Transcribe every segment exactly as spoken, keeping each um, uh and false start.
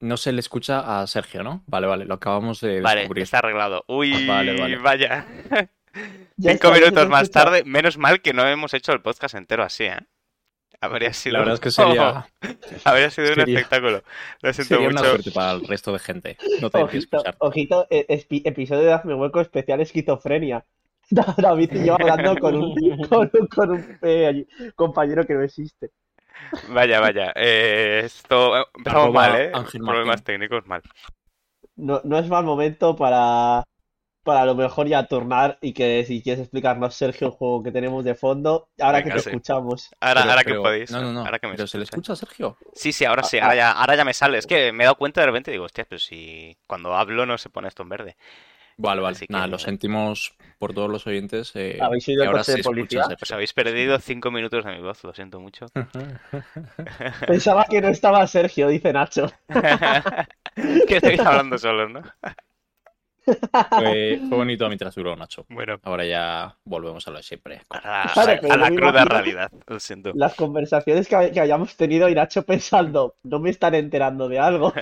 no se le escucha a Sergio, ¿no? Vale, vale, lo acabamos de Vale, descubrir. está arreglado. Vale, Uy, vale. vaya. Ya Cinco está, ya se te minutos más escucha. tarde, menos mal que no hemos hecho el podcast entero así, ¿eh? Habría La sido... verdad es que sería, Habría sido un sería, espectáculo. Lo siento sería una mucho. suerte para el resto de gente no tener que Ojito, escucharte. ojito, e- espi- episodio de Hazme Hueco especial esquizofrenia. Da- David y yo hablando con un, con un, con un, eh, compañero que no existe. Vaya, vaya. Eh, esto... eh, Empezamos mal, Arroba ¿eh? Ángel Problemas Martín. técnicos mal. No, no es mal momento para, para a lo mejor ya turnar y que si quieres explicarnos, Sergio, el juego que tenemos de fondo, ahora que Venga, te sí. escuchamos. Ahora, Pero, ahora que pero, podéis, no, ¿no? no, no. Ahora que me Pero ¿se le escucháis. escucha a Sergio? Sí, sí, ahora Ah, sí, ahora ah, ya, ahora ya me sale. Es que me he dado cuenta de repente y digo, hostia, pero si cuando hablo no se pone esto en verde. Vale, vale. Así Nada, lo que sentimos por todos los oyentes eh, ¿habéis oído que el ahora coche se de escucha a policía? os Sergio. habéis perdido cinco minutos de mi voz, lo siento mucho. Pensaba que no estaba Sergio, dice Nacho. Que estáis hablando solos, ¿no? Fue, fue bonito mientras duró, Nacho. Bueno, Ahora ya volvemos a lo de siempre. a la, a Claro, la- pero a yo la me cruda imagino realidad, lo siento. las conversaciones que, que hayamos tenido y Nacho pensando, no me están enterando de algo.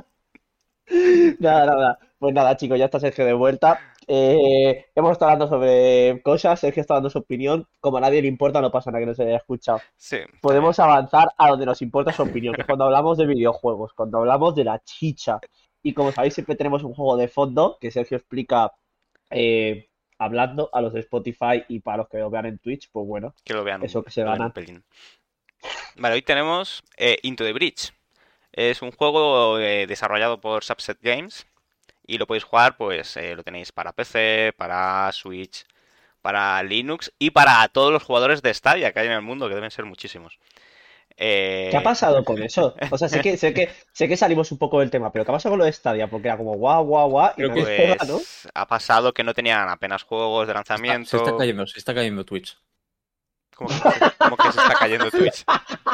Nada, nada. Pues nada, chicos, ya está Sergio de vuelta. Eh, hemos estado hablando sobre cosas, Sergio está dando su opinión. Como a nadie le importa, no pasa nada que no se haya escuchado. Sí, también. Podemos avanzar a donde nos importa su opinión, que es cuando hablamos de videojuegos, cuando hablamos de la chicha. Y como sabéis, siempre tenemos un juego de fondo que Sergio explica eh, hablando a los de Spotify y para los que lo vean en Twitch, pues bueno, Que lo vean, eso que se lo vean un ganan. pelín. Vale, hoy tenemos eh, Into the Breach. Es un juego eh, desarrollado por Subset Games y lo podéis jugar, pues eh, lo tenéis para P C, para Switch, para Linux y para todos los jugadores de Stadia que hay en el mundo, que deben ser muchísimos. ¿Qué ha Eh... pasado con eso? O sea, sé que, sé que, sé que salimos un poco del tema, pero ¿qué ha pasado con lo de Stadia? Porque era como guau, guau, guau, y Creo no que despega, ¿no? Pues ha pasado que no tenían apenas juegos de se está, se está lanzamiento. cayendo, se está cayendo Twitch. ¿Cómo que, se, cómo que se está cayendo Twitch?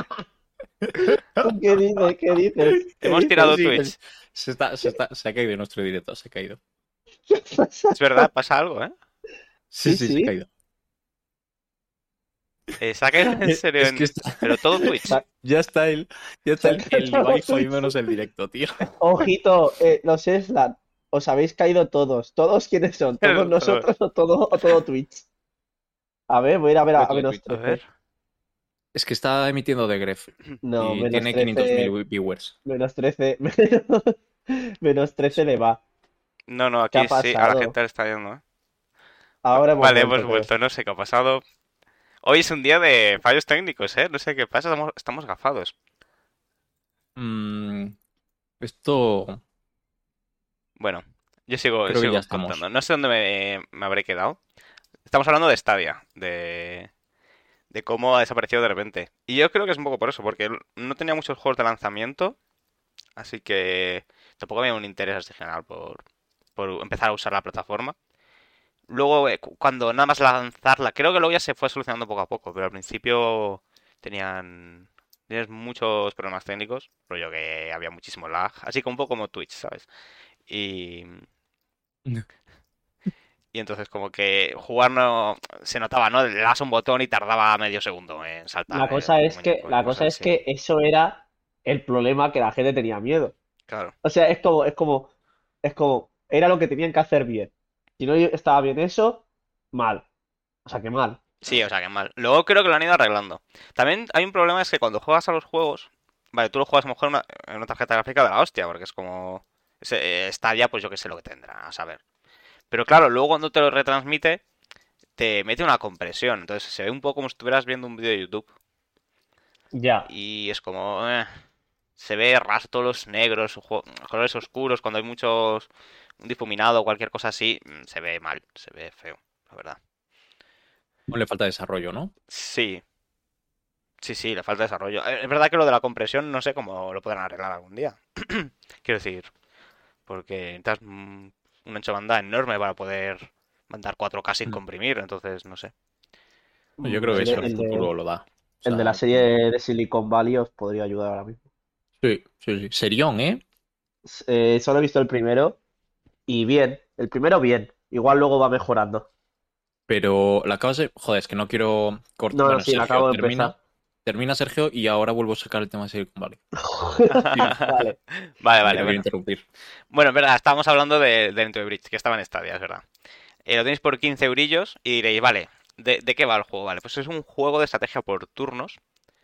¿Qué dices? ¿Qué dices? ¿Qué Hemos dices? tirado Sí, que Twitch. se, está, se, está, se ha caído nuestro directo, se ha caído. ¿Qué pasa? Es verdad, pasa algo, ¿eh? Sí, Sí, sí, se ha sí. caído. Eh, ¿Se ha caído en serio? Es En... que está, Pero todo Twitch. Sa- ya está el, ya está el, el Sacando Ibai Twitch. jodiéndonos el directo, tío. Ojito, eh, los Eslan, os habéis caído todos. ¿Todos quiénes son? ¿Todos Todo. nosotros o todo, o todo Twitch? A ver, voy a ir a ver a, Fue a todo menos Twitch. A ver. trece. Es que está emitiendo de Gref No, y menos tiene quinientos trece. mil viewers. Menos trece. Menos trece le va. No, no, ¿Qué ha aquí sí, a la pasado? gente le está yendo, ¿eh? Ahora hemos Vale, hemos vuelto, creo. vuelto, no sé qué ha pasado. Hoy es un día de fallos técnicos, ¿eh? No sé qué pasa, estamos, estamos gafados. Mm, esto Bueno, yo sigo, creo que ya sigo estamos. contando. No sé dónde me, me habré quedado. Estamos hablando de Stadia, de, de cómo ha desaparecido de repente. Y yo creo que es un poco por eso, porque no tenía muchos juegos de lanzamiento, así que tampoco había un interés así general por, por empezar a usar la plataforma. Luego, eh, cu- cuando nada más lanzarla, creo que luego ya se fue solucionando poco a poco, pero al principio tenían, tenían muchos problemas técnicos, rollo que había muchísimo lag, así como un poco como Twitch, ¿sabes? Y, y entonces como que jugar no se notaba, ¿no? Le das un botón y tardaba medio segundo en La saltar cosa el es que, muñeco y la cosa cosas es así. que eso era el problema que la gente tenía miedo. Claro. O sea, es como, es como, es como, era lo que tenían que hacer bien. Si no estaba bien eso, mal. O sea, que mal. Sí, o sea que mal. Luego creo que lo han ido arreglando. También hay un problema, es que cuando juegas a los juegos, vale, tú lo juegas a lo mejor en una, en una tarjeta gráfica de la hostia, porque es como... ese, eh, Stadia, pues yo qué sé lo que tendrá, a saber. Pero claro, luego cuando te lo retransmite, te mete una compresión. Entonces se ve un poco como si estuvieras viendo un vídeo de YouTube. Ya. Y es como... eh, se ve rastros negros, ju- colores oscuros, cuando hay muchos... Un difuminado o cualquier cosa así, mm, se ve mal, se ve feo, la verdad. No le falta desarrollo, ¿no? Sí, sí, sí, le falta desarrollo. Eh, Es verdad que lo de la compresión no sé cómo lo podrán arreglar algún día. Quiero decir, porque necesitas mm, un ancho de banda enorme para poder mandar cuatro K sin Mm. comprimir, entonces no sé. Yo Mm, creo que El de, eso el el de, futuro lo da. O el de la sea, serie de Silicon Valley os podría ayudar ahora mismo. sí, sí, sí. Serión, ¿eh? S- eh, solo he visto el primero y bien. El primero bien. Igual luego va mejorando. Pero la acabas de... Joder, es que no quiero cortar... No, no, Bueno, sí, la Sergio, acabo de termina. empezar. termina Sergio y ahora vuelvo a sacar el tema de Silicon Valley. Vale. Vale, Te vale, quiero bueno. interrumpir. Bueno, es verdad, estábamos hablando de, de Into the Breach, que estaba en Stadia, es verdad. Eh, lo tenéis por quince eurillos y diréis, vale, ¿de, ¿de qué va el juego? Vale, pues es un juego de estrategia por turnos.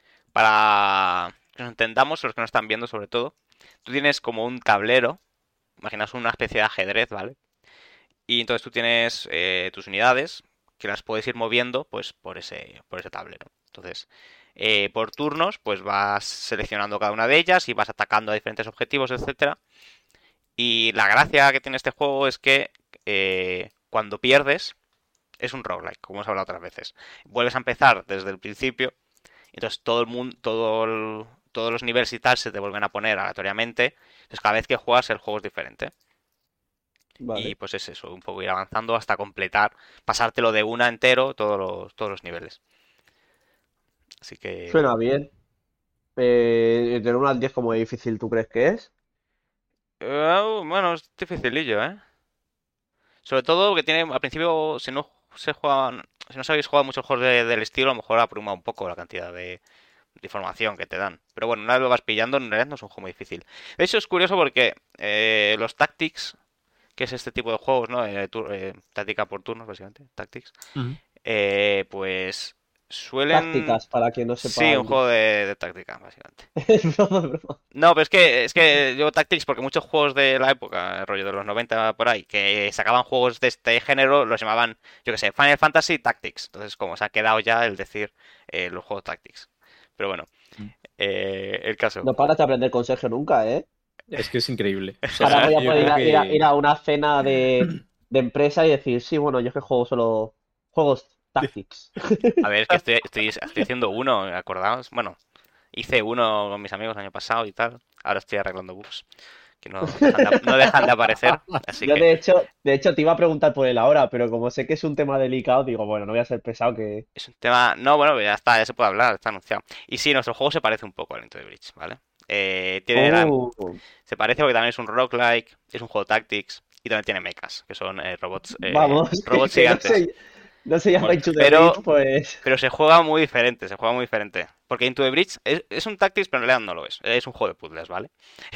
Para que nos entendamos, los que no están viendo sobre todo. Tú tienes como un tablero, imaginaos una especie de ajedrez, ¿vale? Y entonces tú tienes eh, tus unidades que las puedes ir moviendo pues por ese, por ese tablero. Entonces, eh, por turnos, pues vas seleccionando cada una de ellas y vas atacando a diferentes objetivos, etcétera. Y la gracia que tiene este juego es que eh, cuando pierdes, es un roguelike, como hemos hablado otras veces. Vuelves a empezar desde el principio, entonces todo el mundo, todo el- todos los niveles y tal se te vuelven a poner aleatoriamente. Entonces cada vez que juegas el juego es diferente. Y Vale. pues es eso, un poco ir avanzando hasta completar, pasártelo de una entero todos los, todos los niveles. Así que bueno. Suena bien. Eh, del uno al diez, ¿cómo de difícil tú crees que es? Eh, bueno, es dificilillo, ¿eh? Sobre todo porque tiene, al principio, si no se juegan, si no sabéis jugar muchos juegos de- del estilo, a lo mejor abruma un poco la cantidad de, de información que te dan. Pero bueno, una vez lo vas pillando, en realidad no es un juego muy difícil. De hecho, es curioso porque eh, los Tactics, que es este tipo de juegos, ¿no? Eh, tur- eh, táctica por turnos, básicamente, Tactics, Ujú. eh, pues suelen... Tácticas, para quien no Sí, sepa un inglés. juego de, de táctica, básicamente. Es broma, es broma. No, pero es que, es que yo Tactics, porque muchos juegos de la época, el rollo de los noventa por ahí, que sacaban juegos de este género, los llamaban, yo qué sé, Final Fantasy Tactics. Entonces, como se ha quedado ya el decir eh, los juegos Tactics. Pero bueno, eh, el caso. No paras de aprender con Sergio nunca, ¿eh? Es que es increíble. O Ahora sea, voy a yo poder ir creo a, ir a- ir que... a una cena de, de empresa y decir, sí, bueno, yo es que juego solo juegos Tactics. A ver, es que estoy, estoy, estoy haciendo uno, acordaos. Bueno, hice uno con mis amigos el año pasado y tal. Ahora estoy arreglando bugs que no dejan de, no dejan de aparecer. Así Yo que de hecho, de hecho te iba a preguntar por él ahora, pero como sé que es un tema delicado, digo, bueno, no voy a ser pesado que... es un tema. No, bueno, ya está, ya se puede hablar, está anunciado. Y sí, nuestro juego se parece un poco al Into the Breach, ¿vale? Eh, tiene la- Oh, Se parece porque también es un roguelike, es un juego Tactics y también tiene mechas, que son eh, robots, eh, vamos, robots que no gigantes. se, no se llama Bueno, Into the Pero, Breach, pues... pero se juega muy diferente, se juega muy diferente. Porque Into the Breach es, es un Tactics, pero en realidad no lo es. Es un juego de puzzles, ¿vale?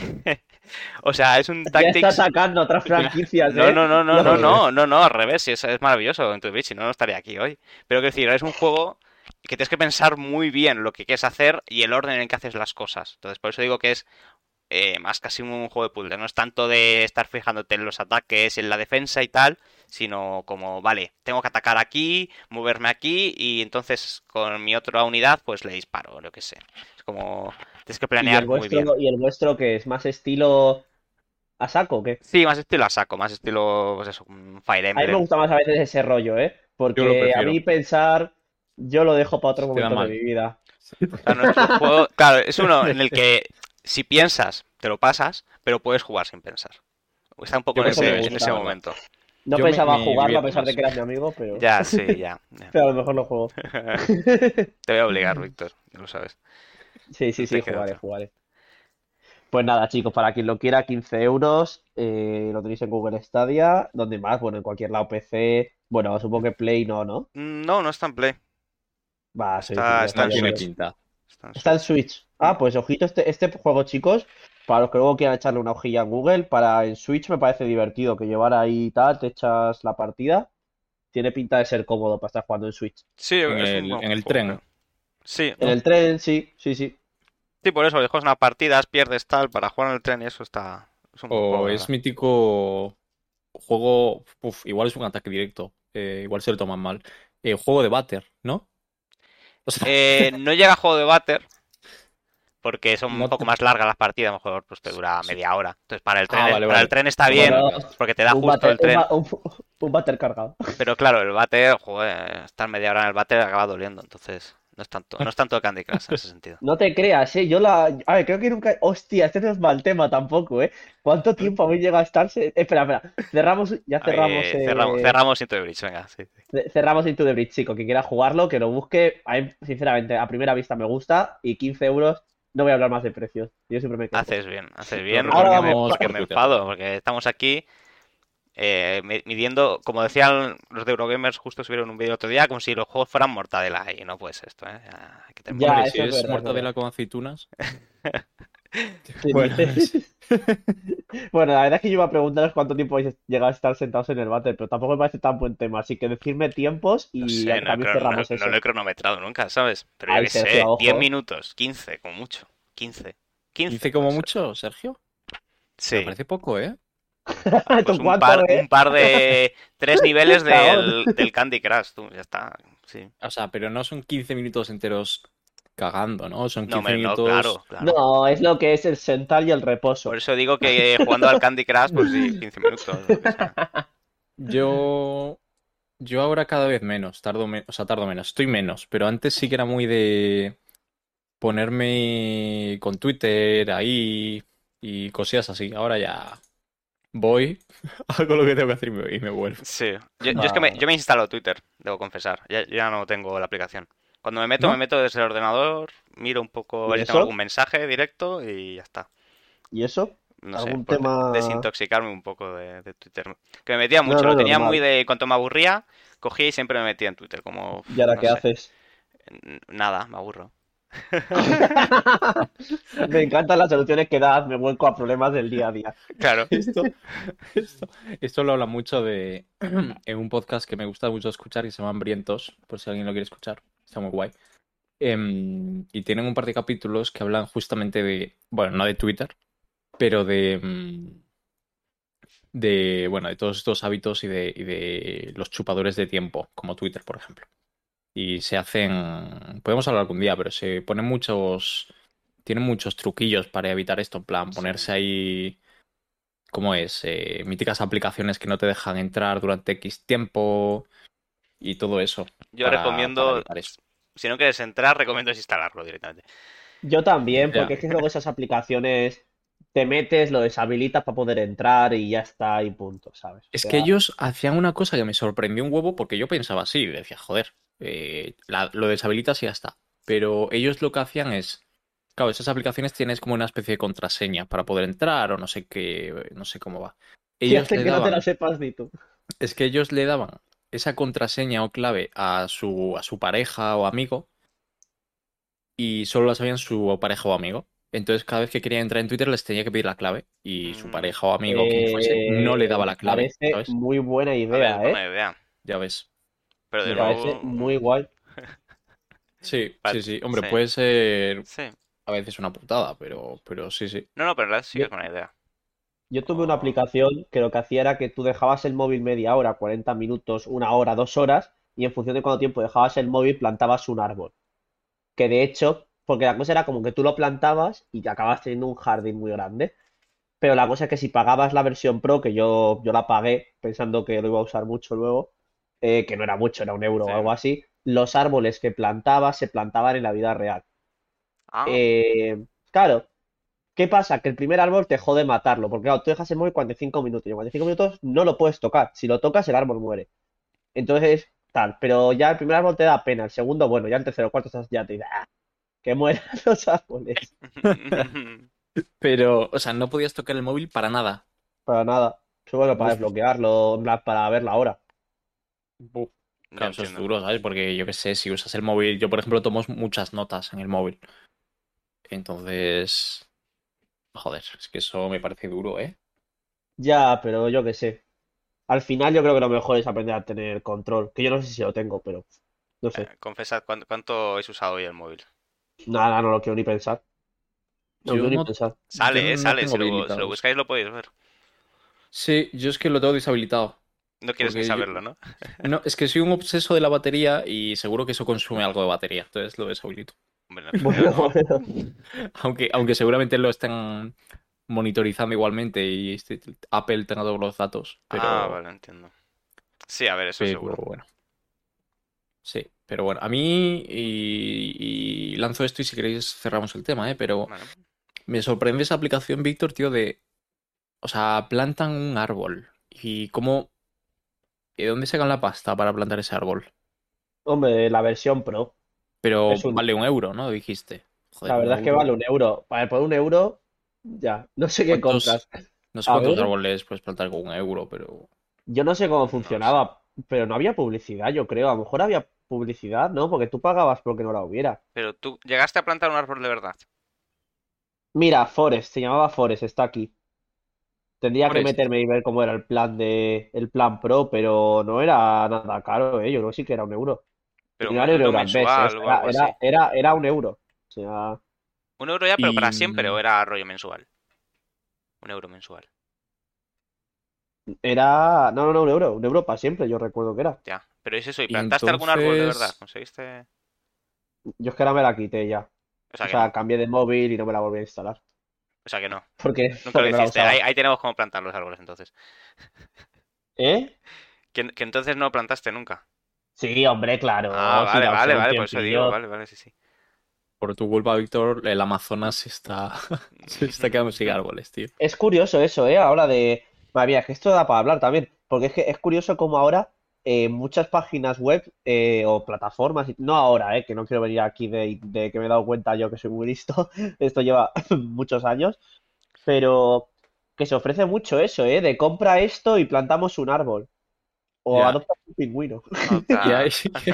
O sea, es un Ya está Tactics. atacando otras franquicias, No, ¿eh? no, no, no, no, Los- no, no, no, al revés, sí, es, es maravilloso Into the Breach, si no, no estaría aquí hoy. Pero quiero decir, es un juego que tienes que pensar muy bien lo que quieres hacer y el orden en el que haces las cosas. Entonces, por eso digo que es eh, más casi un juego de puzzle. No es tanto de estar fijándote en los ataques, en la defensa y tal, sino como, vale, tengo que atacar aquí, moverme aquí y entonces con mi otra unidad pues le disparo, lo que sé. Es como, tienes que ¿Y el planear muy bien. vuestro, y el vuestro que es más estilo a saco o qué? Sí, más estilo a saco, más estilo, pues eso, un Fire A mí me Emblem. gusta más a veces ese rollo, ¿eh? yo lo Porque a prefiero. mí pensar, yo lo dejo para otro Se te da momento de mal. mi vida. O sea, nuestro juego, claro, es uno en el que si piensas, te lo pasas, pero puedes jugar sin pensar. Está un poco Yo en Eso me ese, prefiero en eso, ese la gusta. verdad. momento. No Yo me, pensaba me jugarlo a divierto pesar de más. que eras mi amigo, pero, Ya, sí, ya. ya. pero a lo mejor lo juego. Te voy a obligar, Víctor, ya lo sabes. Sí, sí, No te sí, queda jugaré, otra. jugaré. Pues nada, chicos, para quien lo quiera, quince euros, eh, lo tenéis en Google Stadia, donde más, bueno, en cualquier lado P C, bueno, supongo que Play no, ¿no? No, no está en Play. Va, sí, sí, Está, ya está No en sabía tiene yo. Switch. pinta. Está en Está en Switch. Switch. Mm. Ah, pues ojito, este, este juego, chicos, para los que luego quieran echarle una hojilla en Google, para en Switch me parece divertido que llevar ahí y tal, te echas la partida. Tiene pinta de ser cómodo para estar jugando en Switch. Sí, En es un el, buen en el juego, tren, creo. Sí, En ¿no? el tren, sí, sí, sí. sí, por eso, juegas unas partidas, pierdes tal, para jugar en el tren y eso está... Es un buen juego, O la es verdad. mítico juego. Uf, igual es un ataque directo. eh, igual se lo toman mal. Eh, juego de váter, ¿no? O sea, Eh, no llega a juego de váter, porque son un no poco te- más largas las partidas, a lo mejor pues te dura sí. media hora. Entonces para el tren, Ah, vale, para el vale. tren está Pues bien, Bueno, nada. porque te da un justo váter, el un, tren. va- un, un váter cargado. Pero claro, el váter, joder, estar media hora en el váter acaba doliendo, entonces no es tanto, no es tanto Candy Crush en ese sentido. No te creas, ¿eh? Yo la... A ver, creo que nunca... Hostia, este no es mal tema tampoco, ¿eh? ¿Cuánto tiempo habéis llegado a estarse? Espera, espera. Cerramos... Ya cerramos... Eh, cerramos, eh, cerramos Into the Breach, venga, sí, sí. ce- Cerramos Into the Breach, chico. Que quiera jugarlo, que lo busque. A mí, sinceramente, a primera vista me gusta. Y quince euros, no voy a hablar más de precios. Yo siempre me quejo. Haces bien, haces Lo bien, Ahora porque me, vamos. porque por me Twitter. enfado, porque estamos aquí eh, mi- midiendo, como decían los de Eurogamers, justo subieron un vídeo otro día, como si los juegos fueran mortadela. Y no puede ser esto, ¿eh? Ya, hay que tener un poco Ya, Hombre, de- si eso es es verdad, es verdad. mortadela con aceitunas, ¿Qué bueno, dices? sí. Bueno, la verdad es que yo iba a preguntaros cuánto tiempo habéis llegado a estar sentados en el váter, pero tampoco me parece tan buen tema, así que decirme tiempos No y sé, ya- no, he también cron- no- cerramos no lo eso. he cronometrado nunca, ¿sabes? Pero yo Ay, qué Sergio, sé, diez ojo, ¿eh? minutos, quince como mucho. quince quince quince puede como ser. mucho, Sergio. Me Sí. parece poco, ¿eh? Ah, pues ¿Tú un cuánto, par, eh? un par de... Tres niveles Cagón. del, del Candy Crush, tú, ya está. Sí. O sea, pero no son quince minutos enteros cagando, ¿no? Son No, quince hombre, no, minutos. claro, claro. No, es lo que es el sentar y el Por reposo. eso digo que jugando al Candy Crush, pues sí, quince minutos, lo que sea. Yo. Yo ahora cada vez menos, tardo menos, o sea, tardo menos, estoy menos, pero antes sí que era muy de ponerme con Twitter ahí y cosillas así. Ahora ya voy, hago lo que tengo que hacer y me, y me vuelvo. Sí. Yo, yo es que me, Va. yo me he instalado Twitter, debo confesar. Ya, ya no tengo la aplicación. Cuando me meto, me ¿No? meto desde el ordenador, miro un poco a ¿Y ver si tengo algún eso? mensaje directo y ya está. ¿Y eso? No sé, ¿Algún por de- tema? desintoxicarme un poco de, de Twitter. Que me metía No, mucho, no, lo tenía muy normal. de... Cuanto me aburría, cogía y siempre me metía en Twitter, como... ¿Y ahora No qué sé. haces? N- Nada, me aburro. Me encantan las soluciones que das, me vuelco a problemas del día a día. Claro. Esto, esto, esto lo habla mucho de en un podcast que me gusta mucho escuchar que se llama Hambrientos, por si alguien lo quiere escuchar. Está muy guay. Em, y tienen un par de capítulos que hablan justamente de, bueno, no de Twitter, pero de, mm, de, bueno, de todos estos hábitos y de, y de los chupadores de tiempo, como Twitter, por ejemplo. Y se hacen, podemos hablar algún día, pero se ponen muchos, tienen muchos truquillos para evitar esto, en plan, Sí. ponerse ahí, ¿cómo es? Eh, míticas aplicaciones que no te dejan entrar durante X tiempo y todo eso Yo para, para recomiendo... evitar eso. Si no quieres entrar, recomiendo desinstalarlo directamente. Yo también, Ya. porque es que luego esas aplicaciones te metes, lo deshabilitas para poder entrar y ya está, y punto, ¿sabes? O Es que sea, ellos hacían una cosa que me sorprendió un huevo porque yo pensaba así, decía, joder, eh, la- lo deshabilitas y ya está. Pero ellos lo que hacían es, claro, esas aplicaciones tienes como una especie de contraseña para poder entrar o no sé qué, no sé cómo va. y Ellos hace le que no te la daban, sepas ni tú. es que ellos le daban esa contraseña o clave a su, a su pareja o amigo y solo la sabían su pareja o amigo. Entonces cada vez que querían entrar en Twitter les tenía que pedir la clave y su Mm, pareja o amigo o quien fuese no le Eh, daba me la clave, parece ¿sabes? muy buena a ver, es idea, ¿eh? buena idea. Ya ves. Pero de Me Pero parece nuevo... muy mm, guay. sí, pa- sí, sí. Hombre, Sí, puede ser sí. a veces una putada, pero, pero sí, sí. No, no, pero en realidad sí que Yo, es buena idea. yo tuve una O- aplicación que lo que hacía era que tú dejabas el móvil media hora, cuarenta minutos, una hora, dos horas, y en función de cuánto tiempo dejabas el móvil, plantabas un árbol. Que de hecho, porque la cosa era como que tú lo plantabas y te acabas teniendo un jardín muy grande. Pero la cosa es que si pagabas la versión Pro, que yo, yo la pagué pensando que lo iba a usar mucho luego, eh, que no era mucho, era un euro Sí. o algo así, los árboles que plantabas se plantaban en la vida real. Ah, Eh, claro, ¿qué pasa? Que el primer árbol te jode matarlo, porque claro, tú dejas el móvil cuarenta y cinco minutos y en cuarenta y cinco minutos no lo puedes tocar. Si lo tocas, el árbol muere. Entonces, tal, pero ya el primer árbol te da pena, el segundo, bueno, ya el tercero, el cuarto estás- ya te dice, "Ah, que mueran los árboles". Pero, o sea, no podías tocar el móvil para nada. Para nada. Solo bueno, para Uf, desbloquearlo, en plan, para ver la hora. buf. ya Claro, eso es entiendo. duro, ¿sabes? Porque yo qué sé, si usas el móvil, yo por ejemplo tomo muchas notas en el móvil. Entonces, joder, es que eso me parece duro, ¿eh? Ya, pero yo qué sé. Al final yo creo que lo mejor es aprender a tener control. Que yo no sé si lo tengo, pero no sé. Eh, confesad, ¿cuánto, cuánto habéis usado hoy el móvil? Nada, no lo quiero ni pensar. No lo Yo quiero ni no, pensar. yo Sale, eh, no sale. tengo Si lo, si lo habilitado eso. buscáis lo podéis ver. Sí, yo es que lo tengo deshabilitado. No quieres ni Porque yo, saberlo, ¿no? no, es que soy un obseso de la batería y seguro que eso consume algo de batería. Entonces lo deshabilito. Hombre, no, yo Bueno, no. bueno. Aunque, aunque seguramente lo estén monitorizando igualmente y este- Apple tenga todos los datos, Ah, pero, vale, entiendo. Sí, a ver, eso pero seguro. bueno, sí. Pero bueno, a mí y, y lanzo esto y si queréis cerramos el tema, ¿eh? Pero Bueno. me sorprende esa aplicación, Víctor, tío, de, o sea, plantan un árbol y cómo, ¿de dónde sacan la pasta para plantar ese árbol? Hombre, la versión Pro. Pero Es un... vale un euro, ¿no? Dijiste. Joder, La un verdad es que vale euro. un euro. Vale, por un euro, ya. No sé qué compras. ¿Cuántos, no sé A cuántos ver. árboles puedes plantar con un euro, pero Yo no sé cómo No lo sé. funcionaba, pero no había publicidad, yo creo. A lo mejor había publicidad, ¿no? Porque tú pagabas porque no la hubiera. Pero tú llegaste a plantar un árbol de verdad. Mira, Forest, se llamaba Forest, está aquí. Tendría que Forest. meterme y ver cómo era el plan de, el plan Pro, pero no era nada caro, ¿eh? Yo creo que sí que era un euro. Pero Y un, no era un men- un euro al mes, ¿eh? O mensual sea, o era, algo así. era, era, era un euro. O sea, Un euro ya, pero para siempre, o Y era rollo mensual. Un euro mensual. era. No, no, no, un euro. Un euro para siempre, yo recuerdo que era. Ya. Pero es eso, ¿y Y plantaste algún árbol de verdad? entonces, ¿Conseguiste? Yo es que ahora me la quité ya. O sea O que no. sea, cambié de móvil y no me la volví a instalar. O sea que no. Porque, Nunca lo porque no la hiciste. Ahí, usaba. ahí tenemos cómo plantar los árboles entonces. ¿Eh? Que, que entonces no plantaste nunca. Sí, hombre, Ah, claro. Sí, vale, la usé vale, un vale, por eso digo, tiempillo. vale, vale, sí, sí. por tu culpa, Víctor, el Amazonas se está, se está quedando sin árboles, tío. Es curioso eso, ¿eh? Ahora de... Madre mía, que esto da para hablar también, porque es que es curioso cómo ahora eh, muchas páginas web eh, o plataformas, y- no ahora, ¿eh? Que no quiero venir aquí de, de que me he dado cuenta yo que soy muy listo, esto lleva muchos años, pero que se ofrece mucho eso, ¿eh? De compra esto y plantamos un árbol, o Ya. adopta un pingüino. Y hay, Otra.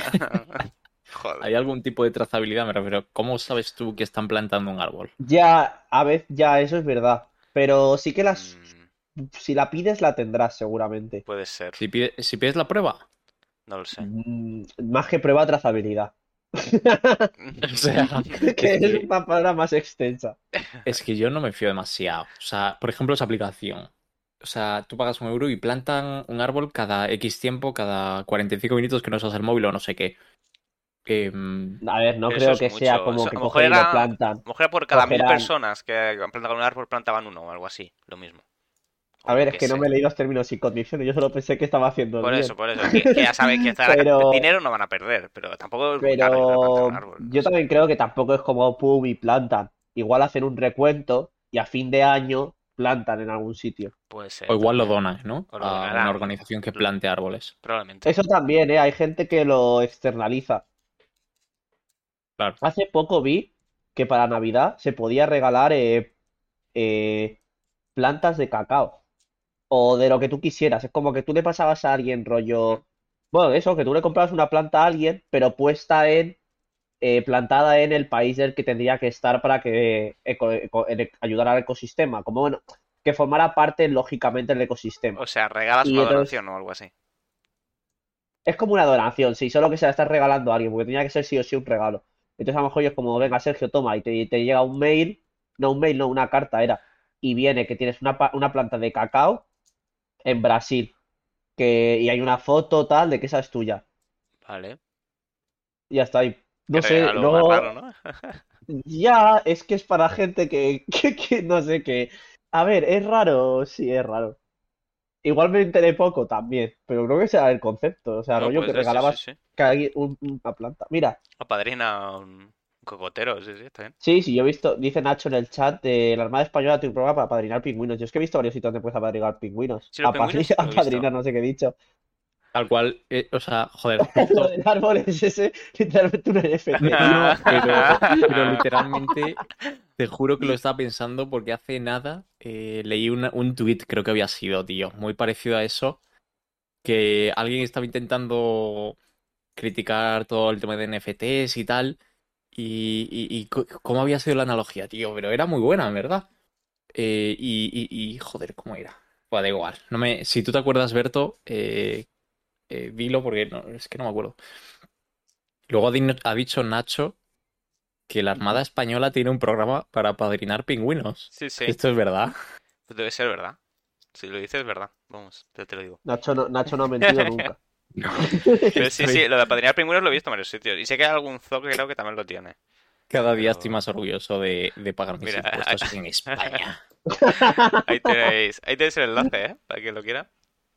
hay Joder. algún tipo de trazabilidad, me refiero. ¿Cómo sabes tú que están plantando un árbol? Ya, a veces, ya, eso es verdad, pero sí que las... Mm, Si la pides, la tendrás seguramente. puede ser. Si pide- si pides la prueba. No lo sé. Mm, Más que prueba, trazabilidad. O sea, es Que es que, una palabra más extensa. es que yo no me fío demasiado. O sea, por ejemplo, esa aplicación. O sea, tú pagas un euro y plantan un árbol cada X tiempo, cada cuarenta y cinco minutos que no usas el móvil o no sé qué. Em, A ver, no Pero eso creo es que sea mucho. como Eso- a que lo mejor cogen y lo era, a plantan. lo mejor era por cada mil Cogerán. personas que plantaban un árbol, plantaban uno o algo así. Lo mismo. A O yo ver, es qué que no sé. me leí los términos y condiciones. Yo solo pensé que estaba haciendo el Por eso, bien. por eso. Que, que ya saben que estará- Pero, dinero no van a perder. Pero tampoco es muy caro, yo creo, plantar un pero árbol. No yo sé. también creo que tampoco es como pum y plantan. Igual hacen un recuento y a fin de año plantan en algún sitio. Puede o ser igual lo también. donan, ¿no? O lo A una donarán. organización que Lo- plante árboles. probablemente. Eso también, ¿eh? Hay gente que lo externaliza. Claro. Hace poco vi que para Navidad se podía regalar eh, eh, plantas de cacao o de lo que tú quisieras. Es como que tú le pasabas a alguien Ujú. rollo, bueno, eso, que tú le comprabas una planta a alguien, pero puesta en, eh, plantada en el país del que tendría que estar para que eco- eco- en- ayudara al ecosistema, como bueno, que formara parte lógicamente del O ecosistema. sea, regalas Y una entonces donación o algo así. es como una donación, sí, solo que se la estás regalando a alguien, porque tenía que ser sí o sí un regalo. Entonces a lo mejor es como, venga, Sergio, toma, y te, te llega un mail, no un mail, no, una carta era, y viene que tienes una, pa- una planta de cacao en Brasil, que, y hay una foto tal de que esa es tuya. Vale. Y ya está ahí. Qué No sé, regalo más no, raro, ¿no? ya es que es para gente que, que, que no sé qué. A ver, es raro, sí, es raro. Igual me enteré poco también, pero creo que ese era el concepto, o sea, No, rollo puede que ser, sí, sí, regalabas sí. que hay un- una planta. Mira. Apadrina un cocotero, sí, sí, está bien. Sí, sí, yo he visto, dice Nacho en el chat de la Armada Española tiene un programa para apadrinar pingüinos. Yo es que he visto varios sitios donde puedes apadrinar pingüinos. Sí, los pingüinos Apadri- sí que lo he visto. apadrinar, no sé qué he dicho. Tal cual, eh, o sea, joder, Lo justo. del árbol es ese, literalmente un N F T. No, no, pero, pero literalmente te juro que lo estaba pensando porque hace nada eh, leí una- un tweet, creo que había sido, tío, muy parecido a eso, que alguien estaba intentando criticar todo el tema de N F Ts y tal, y, y- y co- cómo había sido la analogía, tío, pero era muy buena, en verdad. Eh, y, y- y, joder, ¿cómo era? Pues da igual. No me, si tú te acuerdas, Berto, eh, eh, dilo porque no, es que no me acuerdo. Luego ha, di- ha dicho Nacho que la Armada Española tiene un programa para apadrinar pingüinos. Sí, sí. Esto es verdad. Pues debe ser verdad. Si lo dices, es verdad. Vamos, te, te lo digo. Nacho no, Nacho no ha mentido nunca. No, Pero sí, estoy, sí, lo de apadrinar pingüinos lo he visto en varios sitios. Y sé que hay algún zoo que creo que también lo tiene. cada día estoy Pero. más orgulloso de, de pagar mis Mira, impuestos en España. ahí tenéis, ahí tenéis el enlace, ¿eh? Para quien lo quiera.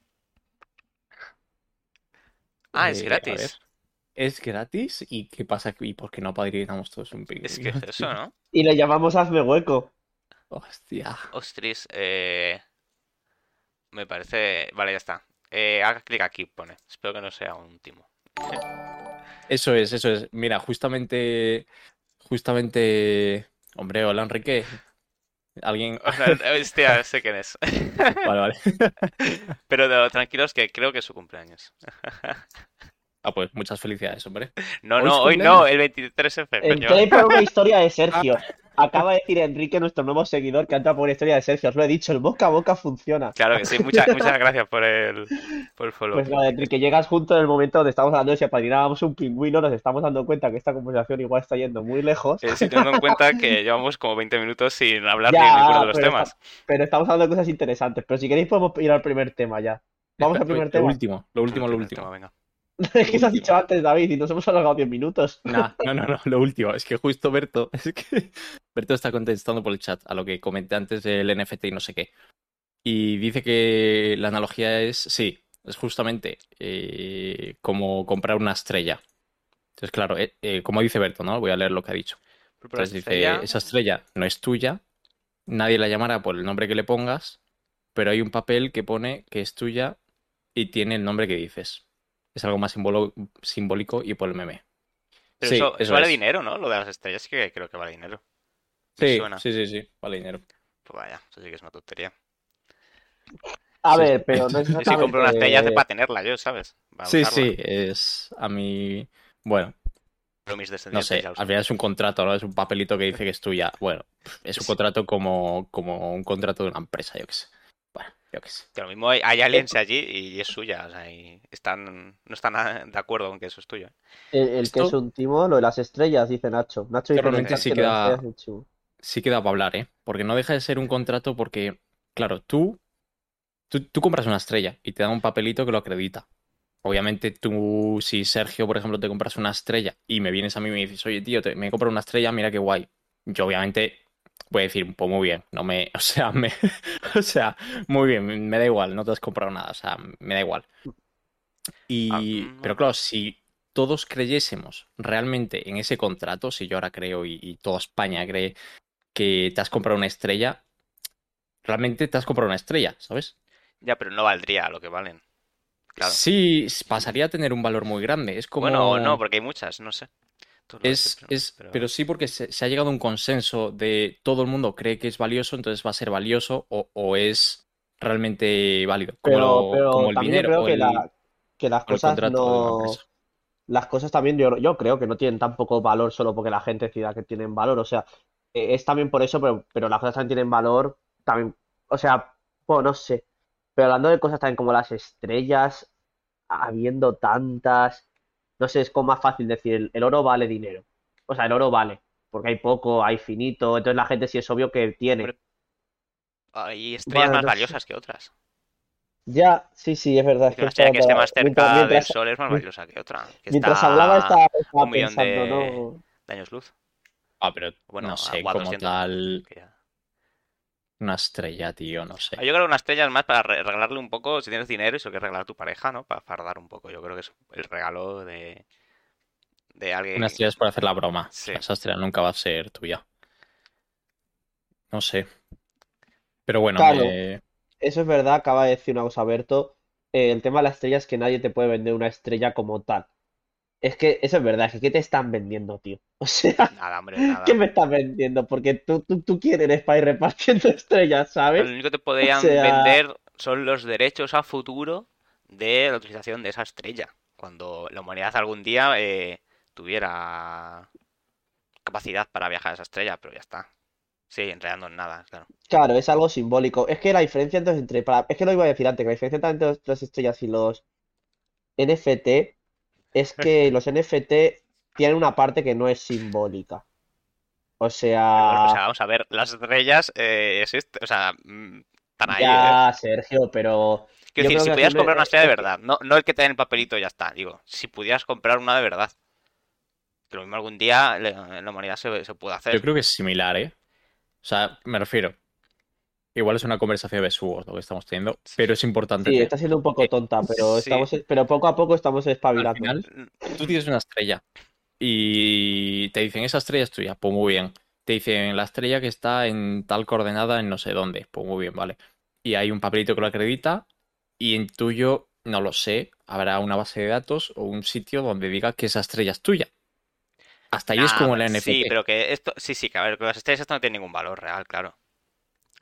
Ah, es Eh, a ver, gratis. ¿es gratis? ¿Y qué pasa? ¿Y por qué no apadrinamos todos un Es que pingüino, es eso, tío? ¿no? Y le llamamos Hazme Hueco. Hostia. Ostris, eh. Me parece. Vale, ya está. Eh, haga clic aquí, pone. Espero que no sea un timo. Eso es, eso es. Mira, justamente, justamente, hombre, hola Enrique. ¿Alguien? O sea, hostia, sé quién es. Vale, vale. Pero no, tranquilos que creo que es su cumpleaños. Ah, pues muchas felicidades, hombre. No, ¿Hoy no, su hoy no, cumpleaños? el veintitrés F, coño. Entré por una historia de Sergio. Acaba de decir Enrique, nuestro nuevo seguidor, que ha entrado por una historia de Sergio. Os lo he dicho, el boca a boca funciona. Claro que sí, muchas, muchas gracias por el, por el follow. Pues nada, Enrique, llegas justo en el momento donde estamos hablando de si apadrinábamos un pingüino, nos estamos dando cuenta que esta conversación igual está yendo muy lejos. Eh, sí, teniendo en cuenta que llevamos como veinte minutos sin hablar de ninguno de Ya, los pero, temas. está- pero estamos hablando de cosas interesantes. Pero si queréis podemos ir al primer tema ya. ¿Vamos Espera, al primer lo tema? último, lo El último, lo primer tema, último. venga. Es que se has último. dicho antes, David, y nos hemos alargado diez minutos. Nah, no, no, no, lo último. Es que justo Berto, es que Berto está contestando por el chat a lo que comenté antes del N F T y no sé qué. Y dice que la analogía es, sí, es justamente eh, como comprar una estrella. Entonces, claro, eh, eh, como dice Berto, ¿no? Voy a leer lo que ha dicho. Pero por la Entonces dice, estrella, esa estrella no es tuya, nadie la llamará por el nombre que le pongas, pero hay un papel que pone que es tuya y tiene el nombre que dices. Es algo más simbolo- simbólico y por el meme. pero Sí, eso, eso eso vale es. dinero, ¿no? Lo de las estrellas sí que creo que vale dinero. Me Sí, suena. sí, sí, sí, vale dinero. Pues vaya, eso sí que es una tontería. A Sí, ver, pero no es Yo si compro una estrella hace exactamente. para tenerla yo, ¿sabes? Para sí, usarla. sí, es a mí, bueno, Pero mis no descendientes ya sé, al usan. final es un contrato, ¿no? Es un papelito que dice que es tuya. Bueno, es un Sí. contrato como, como un contrato de una empresa, yo qué sé. Bueno, yo qué sé. Que lo mismo hay, hay aliens allí y es suya, o sea, y están, no están a- de acuerdo con que eso es tuyo. ¿Eh? El, el que es Esto, un timo, lo de las estrellas, dice Nacho. Nacho esto dice en el realmente chat sí que lo de las estrellas queda, es el chivo. sí queda para hablar, ¿eh? Porque no deja de ser un contrato porque, claro, tú, tú, tú compras una estrella y te dan un papelito que lo acredita. Obviamente tú, si Sergio, por ejemplo, te compras una estrella y me vienes a mí y me dices, oye, tío, te, me compro una estrella, mira qué guay. Yo obviamente voy a decir, pues muy bien, no me, o sea, me, o sea, muy bien, me da igual, no te has comprado nada, o sea, me da igual. Ah, Y, mm, pero bueno. claro, si todos creyésemos realmente en ese contrato, si yo ahora creo y, y toda España cree que te has comprado una estrella, realmente te has comprado una estrella, ¿sabes? Ya, pero no valdría lo que valen. Claro. Sí, pasaría a tener un valor muy grande. Es Bueno, o no, como... porque hay muchas, no sé. Esto es lo de Es, siempre. es, pero Pero. sí porque se, se ha llegado a un consenso de todo el mundo cree que es valioso, entonces va a ser valioso o, o es realmente válido, como, Pero, lo, como pero el también yo dinero creo o que, el, la, que las o el cosas contrato de una empresa. no. Las cosas también yo, yo creo que no tienen tan poco valor solo porque la gente decida que tienen valor. O sea, eh, es también por eso, pero, pero las cosas también tienen valor. También, o sea, bueno, no sé. Pero hablando de cosas también como las estrellas, habiendo tantas, no sé, es como más fácil decir, el, el oro vale dinero. O sea, el oro vale, porque hay poco, hay finito, entonces la gente sí es obvio que tiene. Hombre, hay estrellas Bueno, más no sé. valiosas que otras. Ya, sí, sí, es verdad, es Dice que una estrella estaba, que esté más mientras, cerca del mientras, Sol es más valiosa que otra. Que mientras hablaba está estaba, a un estaba millón pensando, de, ¿no? de años luz. Ah, pero Bueno, no a, sé, o a como doscientos años luz. tal, Que ya. una estrella, tío, no Ah, sé. yo creo que una estrella es más para re- regalarle un poco, si tienes dinero y eso que regalar a tu pareja, ¿no? Para fardar un poco. Yo creo que es el regalo de, de Una alguien. estrella es para hacer la broma. O Sí. sea, esa estrella nunca va a ser tuya. No sé. Pero bueno, Claro, me... eso es verdad, acaba de decir una cosa, Berto. Eh, el tema de la estrella es que nadie te puede vender una estrella como tal. Es que eso es verdad, es que ¿qué te están vendiendo, tío? O sea, Nada, hombre, ¿qué nada. me estás vendiendo? Porque tú, tú, tú quién eres para ir repartiendo estrellas, Lo ¿sabes? único que te O podrían sea, vender son los derechos a futuro de la utilización de esa estrella. Cuando la humanidad algún día eh, tuviera capacidad para viajar a esa estrella, pero ya está. Sí, enredando en nada, claro. claro, es algo simbólico. Es que la diferencia entonces entre, para- es que lo iba a decir antes, que la diferencia entre los- las estrellas y los N F T es que los N F T tienen una parte que no es simbólica. O Pero, o sea, sea, vamos a ver, las estrellas eh, existen, o sea, mm, están ahí, ¿eh? ya, Sergio, pero Quiero yo decir, creo si que aquí pudieras me- comprar una eh, estrella de es que, verdad, no, no el que te den el papelito y ya está, digo, si pudieras comprar una de verdad, que lo mismo algún día le- en la humanidad se, se puede Yo hacer. creo que es similar, ¿eh? O sea, me refiero. Igual es una conversación de besugos lo que estamos teniendo, pero es importante, sí, tío. está siendo un poco Eh, tonta, pero Sí, estamos, pero poco a poco estamos al espabilándonos. final, tú tienes una estrella y te dicen, esa estrella es tuya, pues muy bien. Te dicen, la estrella que está en tal coordenada en no sé dónde, pues muy bien, vale. Y hay un papelito que lo acredita y en tuyo, no lo sé, habrá una base de datos o un sitio donde diga que esa estrella es tuya. Hasta ahí es nah, como hombre, el sí, N F T. pero que esto, sí, sí, que a ver, que las estrellas esto no tienen ningún valor real, claro.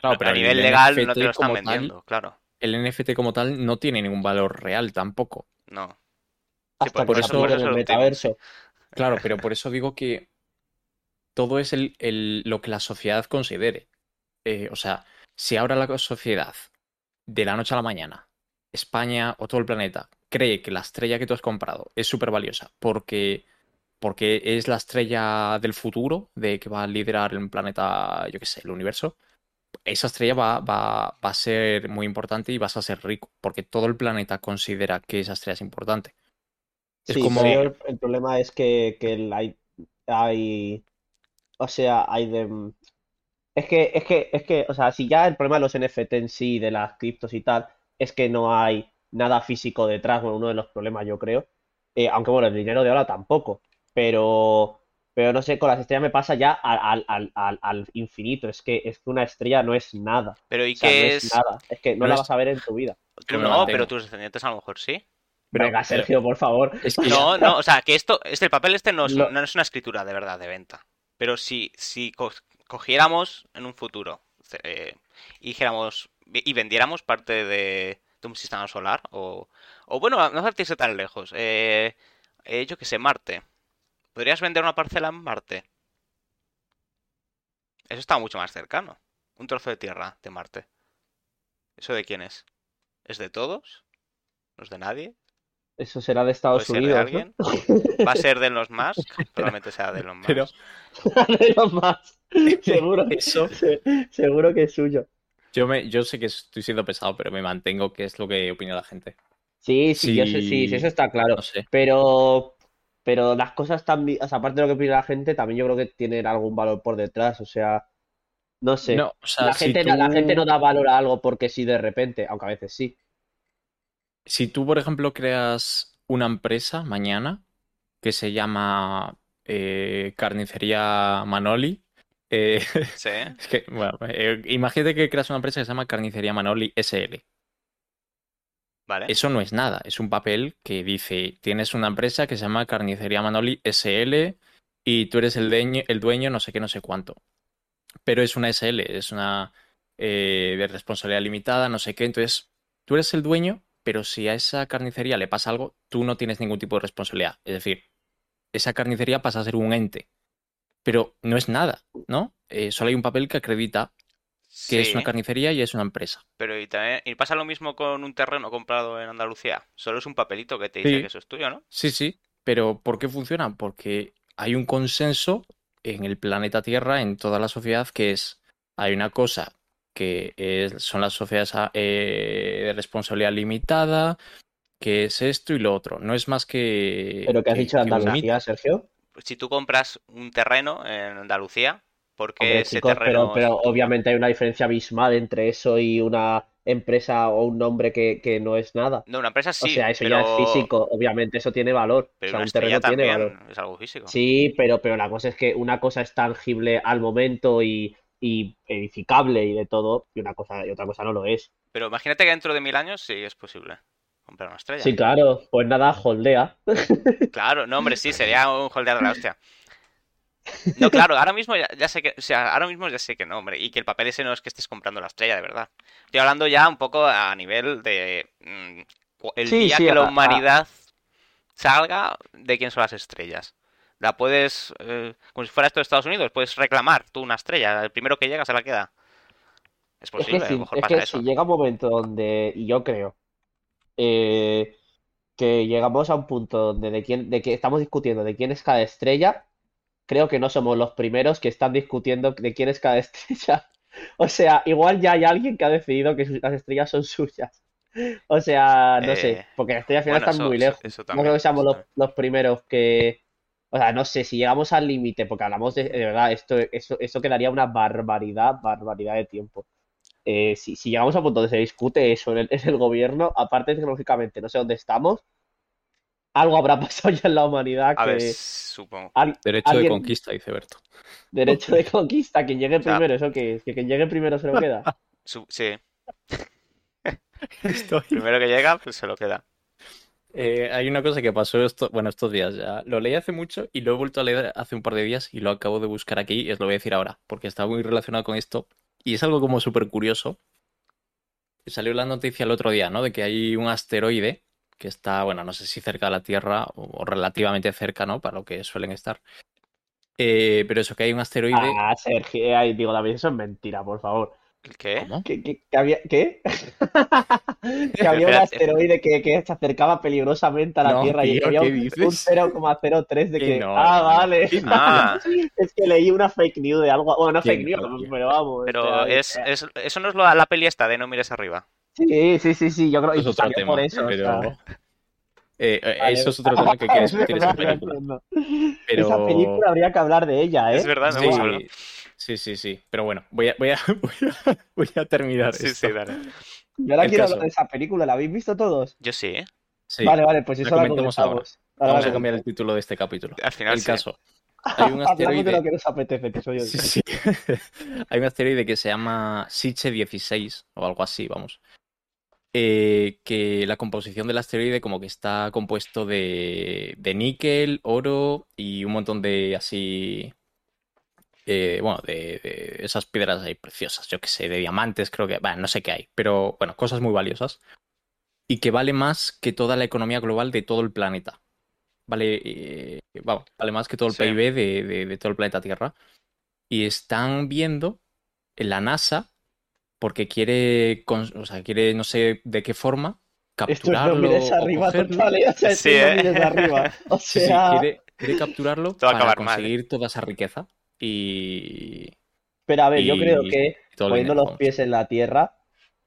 Claro, pero a nivel el legal no te N F T lo están como tal, vendiendo, claro. el N F T como tal no tiene ningún valor real tampoco. No. Sí, Hasta por, que por Por se eso, por aplique eso, eso en es el el Optimum, sí. metaverso. claro, pero por eso digo que todo es el, el- lo que la sociedad considere. Eh, o sea, si ahora la sociedad, de la noche a la mañana, España o todo el planeta, cree que la estrella que tú has comprado es súper valiosa porque, porque es la estrella del futuro, de que va a liderar el planeta, yo qué sé, el universo, esa estrella va, va, va a ser muy importante y vas a ser rico, porque todo el planeta considera que esa estrella es importante. Es Sí, pero Sí, yo como, el, el problema es que, que el- hay, hay, o sea, hay de, es que, es que, es que, o sea, si ya el problema de los N F T en sí, de las criptos y tal, es que no hay nada físico detrás, bueno, uno de los problemas yo creo, eh, aunque bueno, el dinero de ahora tampoco, pero, pero no sé, con las estrellas me pasa ya al, al, al, al- al infinito, es que, es que una estrella no es nada, o pero ¿y sea, no qué es es? nada, es que no no la vas es, a ver en tu vida. yo me No, pero mantengo, tus descendientes a lo mejor sí. pero, Venga, pero Sergio, por favor. es O que ya, No, no, sea, o sea, que esto, este, el papel este no es, un- lo- no es una escritura de verdad de venta. Pero si, si co- cogiéramos en un futuro eh, y dijéramos y vendiéramos parte de, de un sistema solar o, o bueno, no hace irse tan lejos. Eh, eh, yo que sé, Marte. ¿Podrías vender una parcela en Marte? Eso está mucho más cercano. Un trozo de tierra de Marte. ¿Eso de quién es? ¿Es de todos? ¿No es de nadie? Eso será de ¿Puede Estados ser de Unidos, ¿no? alguien? ¿Va a ser de Elon Musk? pero, Probablemente sea de Elon pero Musk. De los más. Seguro, eso, se- seguro que es suyo. yo me, yo sé que estoy siendo pesado, pero me mantengo que es lo que opina la gente. Sí, sí, yo sé, sí, sí, eso Si, está claro. no sé. Pero, pero las cosas también, o sea, aparte de lo que opina la gente, también yo creo que tienen algún valor por detrás. O sea, no sé. No, o sea, La si gente, la gente tú, no da valor a algo porque sí de repente, aunque a veces sí. si tú, por ejemplo, creas una empresa mañana que se llama eh, Carnicería Manoli, eh, Sí. es que, bueno, eh, imagínate que creas una empresa que se llama Carnicería Manoli S L. Vale. Eso no es nada, es un papel que dice, tienes una empresa que se llama Carnicería Manoli S L y tú eres el dueño, el dueño no sé qué, no sé cuánto. Pero es una S L, es una eh, de responsabilidad limitada, no sé qué. Entonces, tú eres el dueño, pero si a esa carnicería le pasa algo, tú no tienes ningún tipo de responsabilidad. Es decir, esa carnicería pasa a ser un ente, pero no es nada, ¿no? Eh, solo hay un papel que acredita que es una Sí. carnicería y es una empresa. Pero y también, y pasa lo mismo con un terreno comprado en Andalucía. Solo es un papelito que te dice que Sí, eso es tuyo, ¿no? sí, sí. Pero ¿por qué funciona? Porque hay un consenso en el planeta Tierra, en toda la sociedad, que es, hay una cosa que es- son las sociedades ah, eh, de responsabilidad limitada, que es esto y lo otro. No es más que, Pero ¿qué has que, dicho de que O un sea, Andalucía, mito. Sergio? si tú compras un terreno en Andalucía, ¿por qué Hombre, ese chicos, pero, terreno pero es tuyo? obviamente hay una diferencia abismal entre eso y una empresa o un nombre que, que no es nada. No, una empresa O sí, sea, eso ya es pero, físico, obviamente eso tiene valor. O pero sea, una un estrella terreno tiene valor. también es algo físico. Sí, pero, pero la cosa es que una cosa es tangible al momento y, y edificable y de todo, y una cosa, y otra cosa no lo es. Pero imagínate que dentro de mil años sí es posible comprar una estrella. Sí, claro, pues nada, holdea. Claro, no, hombre, sí, sería un holder de la hostia. No, claro, ahora mismo ya, ya sé que, o sea, ahora mismo ya sé que no, hombre, y que el papel ese no es que estés comprando la estrella, de verdad. Estoy hablando ya un poco a nivel de mm, cu- el Sí, día sí, que a, la a- humanidad salga de quién son las estrellas. La puedes, eh, como si fuera esto de Estados Unidos, puedes reclamar tú una estrella, el primero que llega se la queda. Es es que posible, a lo si, mejor es que pasa si eso. llega un momento donde, y yo creo, eh, que llegamos a un punto donde de quién, de que estamos discutiendo de quién es cada estrella, creo que no somos los primeros que están discutiendo de quién es cada estrella. O sea, igual ya hay alguien que ha decidido que sus- las estrellas son suyas. O sea, no Eh, sé, porque las estrellas al final bueno, están eso, muy eso, lejos. eso No creo también, que seamos eso los, también. los primeros que... O sea, no sé, si llegamos al límite, porque hablamos de, de verdad, esto, eso, eso quedaría una barbaridad, barbaridad de tiempo. Eh, si, si llegamos a un punto donde se discute eso en el, en el gobierno, aparte tecnológicamente, no sé dónde estamos, algo habrá pasado ya en la humanidad A ver, que supongo. al- Derecho de alguien, conquista, dice Berto. derecho de conquista, quien llegue O sea, primero, ¿eso qué es? ¿Que quien llegue primero se lo queda? su- sí, Estoy. primero que llega, pues se lo queda. Eh, hay una cosa que pasó esto, bueno, estos días ya. Lo leí hace mucho y lo he vuelto a leer hace un par de días y lo acabo de buscar aquí y os lo voy a decir ahora, porque está muy relacionado con esto Y es algo como súper curioso. Salió la noticia el otro día, ¿no? De que hay un asteroide que está, bueno, no sé si cerca de la Tierra o, o relativamente cerca, ¿no? Para lo que suelen estar. Eh, pero eso, que hay un asteroide. Ah, Sergio, ay, digo, David, eso es mentira, por favor. ¿El qué? ¿Cómo? ¿Qué, qué- qué había, qué? Que Pero había un espérate. asteroide que, que se acercaba peligrosamente a la No, Tierra y que tío, había ¿qué un, un dices? cero coma cero tres de Que que. no, Ah, hermano. vale. Que no, Ah, Es que leí una fake news de algo. Bueno, no que fake no, news, tío. pero vamos. O pero sea, es, es eso no es lo, la peli esta de No mires arriba. sí, sí, sí, sí, yo creo. Eso Y es pues otro salió por tema, eso, o sea. pero eh, eh, eso Vale, es otro tema que quiere es discutir esa verdad, ya película. entiendo. Esa Pero película habría que hablar de ella, Es ¿eh? verdad, no hemos Buah. hablado. sí, sí, sí, sí. Pero bueno, voy a, voy a, voy a, voy a terminar Sí, sí, esto. dale. Yo ahora El quiero hablar de caso, esa película, ¿la habéis visto todos? Yo sí, ¿eh? sí, Vale, vale, pues la eso la comentamos ahora. comentamos. Ahora la Vamos a Vale, cambiar el comentamos. título de este capítulo. al final El sí. caso, hay un Hablamos de lo asteroide, que nos apetece, episodio sí, diez. sí, hay un asteroide que se llama Siche dieciséis o algo así, vamos. Eh, que la composición del asteroide como que está compuesto de, de níquel, oro y un montón de así, eh, bueno, de, de esas piedras ahí preciosas, yo qué sé, de diamantes, creo que, bueno, no sé qué hay, pero bueno, cosas muy valiosas y que vale más que toda la economía global de todo el planeta. Vale, eh, vamos, vale más que todo el Sí. P I B de, de- de todo el planeta Tierra. Y están viendo en la NASA, porque quiere, cons- o sea, quiere no sé de qué forma, Esto es no capturarlo mires o arriba cogerlo. total, ¿eh? O sea, esto Sí, es no ¿eh? mires arriba. O Sí, sí, sea, quiere, quiere capturarlo Esto va a para acabar mal, ¿eh? conseguir toda esa riqueza y, pero a ver, yo creo y que todo el poniendo dinero, los vamos. pies en la tierra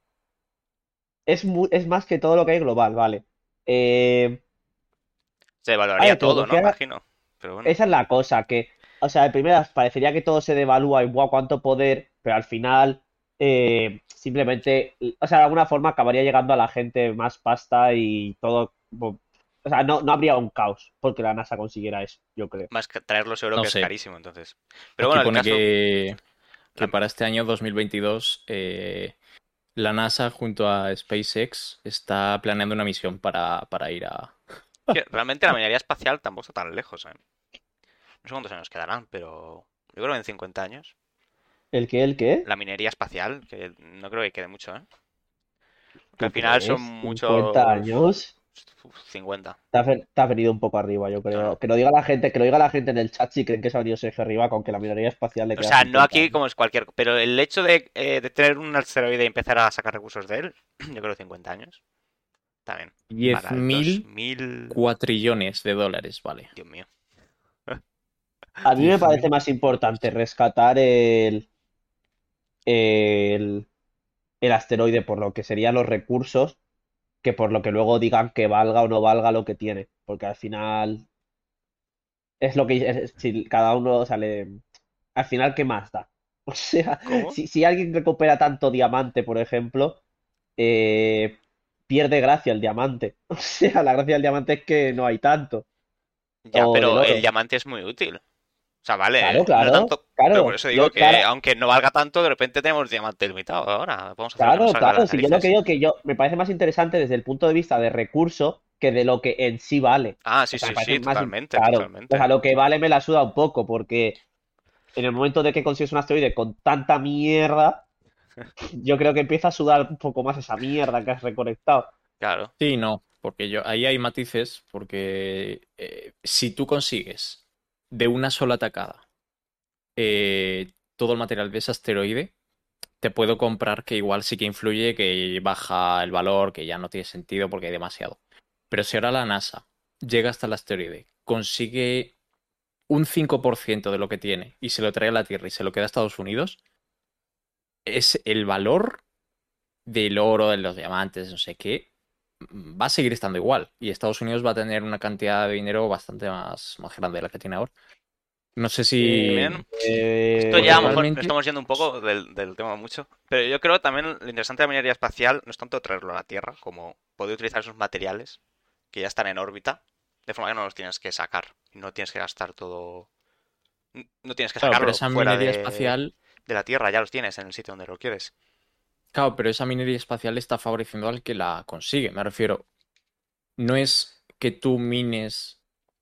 es, mu- es más que todo lo que hay global, ¿vale? Eh, Se a evaluaría ver, que lo todo, ¿no? cogiera, Imagino. Pero bueno. esa es la cosa, que, o sea, de primeras parecería que todo se devalúa y guau, cuánto poder, pero al final eh, simplemente, o sea, de alguna forma acabaría llegando a la gente más pasta y todo, bo- o sea, no, no habría un caos porque la NASA consiguiera eso, yo creo. Más que traerlo seguro No que es sé, carísimo, entonces. Pero aquí bueno, el pone caso. que, que la- para este año dos mil veintidós eh, la NASA junto a SpaceX está planeando una misión para, para ir a... que realmente la minería espacial tampoco está tan lejos, ¿eh? No sé cuántos años quedarán, pero. Yo creo que en cincuenta años. ¿El qué, el qué? La minería espacial, que no creo que quede mucho, ¿eh? Que al ¿Tú final son crees? cincuenta muchos. años. Uf, cincuenta. Te has, ven- te has venido un poco arriba, yo No, creo. no. Que lo diga la gente, que lo diga la gente en el chat si creen que se ha venido Sergio arriba con que la minería espacial le O queda sea, no cincuenta aquí años. como es cualquier. Pero el hecho de, eh, de tener un asteroide y empezar a sacar recursos de él, yo creo cincuenta años. También. diez Para el dos mil mil cuatrillones de dólares, vale. Dios mío. A mí me diez parece mil más importante rescatar el, el, el asteroide por lo que serían los recursos que por lo que luego digan que valga o no valga lo que tiene. Porque al final es lo que es- si cada uno sale. Al final, ¿qué más da? O sea, ¿Cómo? si, si alguien recupera tanto diamante, por ejemplo, eh, pierde gracia el diamante. O sea, la gracia del diamante es que no hay tanto. Ya, O del pero el oro. diamante es muy útil. O sea, vale, Claro, ¿eh? No es claro, tanto. Pero por claro. eso Yo, digo que claro, aunque no valga tanto, de repente tenemos diamante limitado ahora. Podemos hacer lo que nos claro, salga de claro. las Si yo lo que narices. digo que yo me parece más interesante desde el punto de vista de recurso que de lo que en sí vale. Ah, O sí, sea, me sí, parece sí, más in- totalmente, claro. O sea, totalmente. lo que vale me la suda un poco, porque en el momento de que consigues un asteroide con tanta mierda, yo creo que empieza a sudar un poco más esa mierda que has recolectado. Claro. Sí, no, porque yo ahí hay matices, porque eh, si tú consigues de una sola tacada eh, todo el material de ese asteroide, te puedo comprar que igual sí que influye, que baja el valor, que ya no tiene sentido porque hay demasiado. Pero si ahora la NASA llega hasta el asteroide, consigue un cinco por ciento de lo que tiene y se lo trae a la Tierra y se lo queda a Estados Unidos, es el valor del oro, de los diamantes, no sé qué, va a seguir estando igual. Y Estados Unidos va a tener una cantidad de dinero bastante más, más grande de la que tiene ahora. No sé si... También, esto Porque ya a Eh, lo mejor nos realmente... estamos yendo un poco del, del tema mucho. Pero yo creo también lo interesante de la minería espacial no es tanto traerlo a la Tierra, como poder utilizar esos materiales que ya están en órbita, de forma que no los tienes que sacar. Y no tienes que gastar todo. No tienes que Claro, pero sacarlo esa fuera minería de, espacial... de la Tierra, ya los tienes en el sitio donde lo quieres. Claro, pero esa minería espacial está favoreciendo al que la consigue. Me refiero, no es que tú mines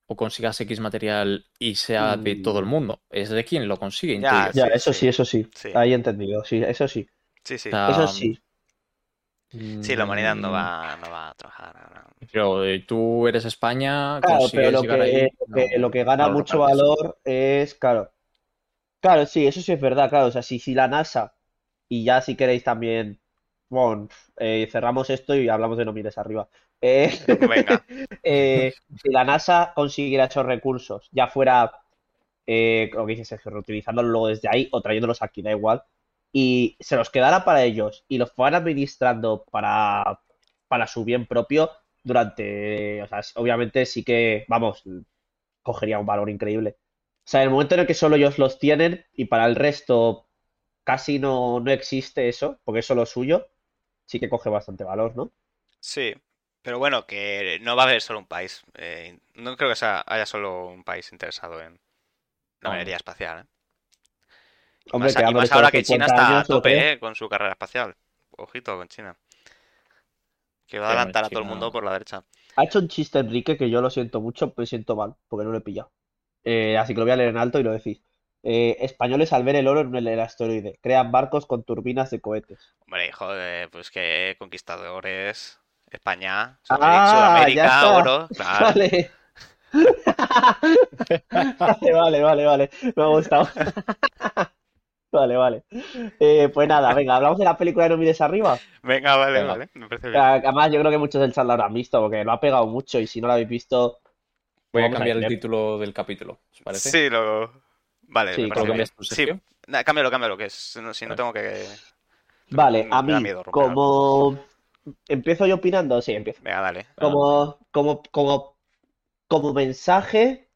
o consigas X material y sea de todo el Mm, mundo. Es de quien lo consigue, Ya, intuyo. ya, sí, eso sí. sí, eso sí. Sí, Ahí he entendido, sí, eso sí. sí, O sí. Eso sea, sí. Sí, la humanidad no mm, va, no va a trabajar ahora. pero eh, tú eres España, Claro, pero consigues lo llegar que, ahí, lo que, no, lo que gana no lo mucho repartes. valor es, claro. Claro, sí, eso sí es verdad, claro. O sea, si, si la NASA, y ya si queréis también, bueno, eh, cerramos esto y hablamos de no mires arriba. Eh, Venga. eh, si la NASA consiguiera esos recursos, ya fuera, eh, lo que dice Sergio, reutilizándolos luego desde ahí o trayéndolos aquí, da igual, y se los quedara para ellos y los fueran administrando para, para su bien propio durante, o sea, obviamente sí que, vamos, cogería un valor increíble. O sea, en el momento en el que solo ellos los tienen y para el resto casi no, no existe eso, porque es solo suyo, sí que coge bastante valor, ¿no? Sí, pero bueno, que no va a haber solo un país. Eh, no creo que sea- haya solo un país interesado en la No, no. minería espacial, ¿eh? Y Hombre, más, a- y quedando más después de ahora los que China cincuenta está a años, lo creo. tope, ¿eh? Con su carrera espacial. Ojito con China. Que va a Sí, hombre, adelantar a todo el mundo China. por la derecha. Ha hecho un chiste Enrique que yo lo siento mucho, pero siento mal, porque no lo he pillado. Eh, así que lo voy a leer en alto y lo decís. Eh, españoles al ver el oro en el asteroide crean barcos con turbinas de cohetes. Hombre, hijo de, pues que conquistadores. España, Sudamérica, Ah, ya Sudamérica, está. oro, claro. Vale. Vale, vale, vale, vale. Me ha gustado. Vale, vale. Eh, pues nada, venga, hablamos de la película de No mires arriba. Venga, vale, Venga, vale. Me parece bien. Ah, además, yo creo que muchos del chat lo habrán visto porque lo ha pegado mucho y si no lo habéis visto, pues voy a vamos a cambiar el defenderlo. título del capítulo, ¿os parece? Sí, lo... Vale, me Sí, ¿O lo parece como no. bien. cambias tú, Sí, Sergio? na- cámbialo, cámbialo, que es, si no, si no Vale. tengo que... Vale, a Me da mí, miedo romper algo. como... ¿Empiezo yo opinando? Sí, empiezo. Venga, dale. Venga. Como, como, como, como mensaje,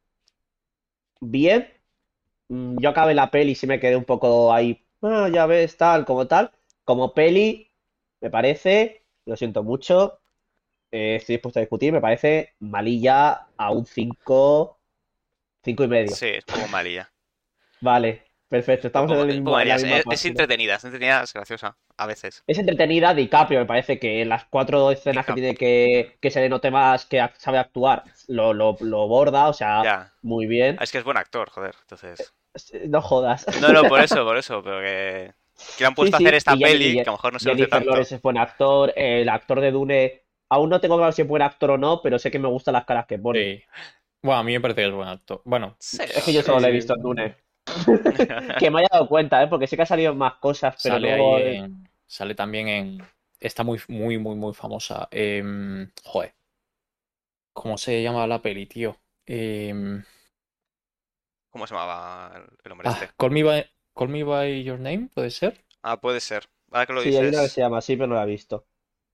bien. Mm, Yo acabé la peli y sí me quedé un poco ahí, "Ah, ya ves, tal, como tal. Como peli, me parece, lo siento mucho, eh, estoy dispuesto a discutir, me parece malilla a un cinco cinco y medio. Sí, es un poco malilla. Vale, perfecto, Un estamos en poco, el un poco mismo, en la malilla. misma Es, es página. entretenida, es entretenida, es graciosa. A veces. Es entretenida, DiCaprio, me parece que en las cuatro escenas que Dica- tiene Mm, que, que se le note más que ac- sabe actuar, lo, lo, lo borda, o sea, ya. muy bien. Es que es buen actor, joder. Entonces. No jodas. No, no, por eso, por eso. Pero que. Que le han Sí, puesto a hacer sí, esta y, Jenny- y peli, que a Je- lo mejor no se luce Jennifer tanto. Lawrence es buen actor, el actor de Dune, aún no tengo claro si es buen actor o no, pero sé que me gustan las caras que pone. Sí. Bueno, a mí me parece que es buen actor. Bueno, Sí, Es que yo solo lo he eh, visto en Dune. Que me haya dado cuenta, ¿eh? Porque sé que ha salido en más cosas, pero sale ahí luego... eh, en. Sale también en. Está muy, muy, muy, muy famosa. Em, joder, ¿cómo se llama la peli, tío? Em, ¿Cómo se llamaba el, el hombre ah, este? Call Me by, Call Me by Your Name, ¿puede ser? Ah, puede ser. Ahora que lo Sí, hay una que dices. se llama así, pero no la he visto.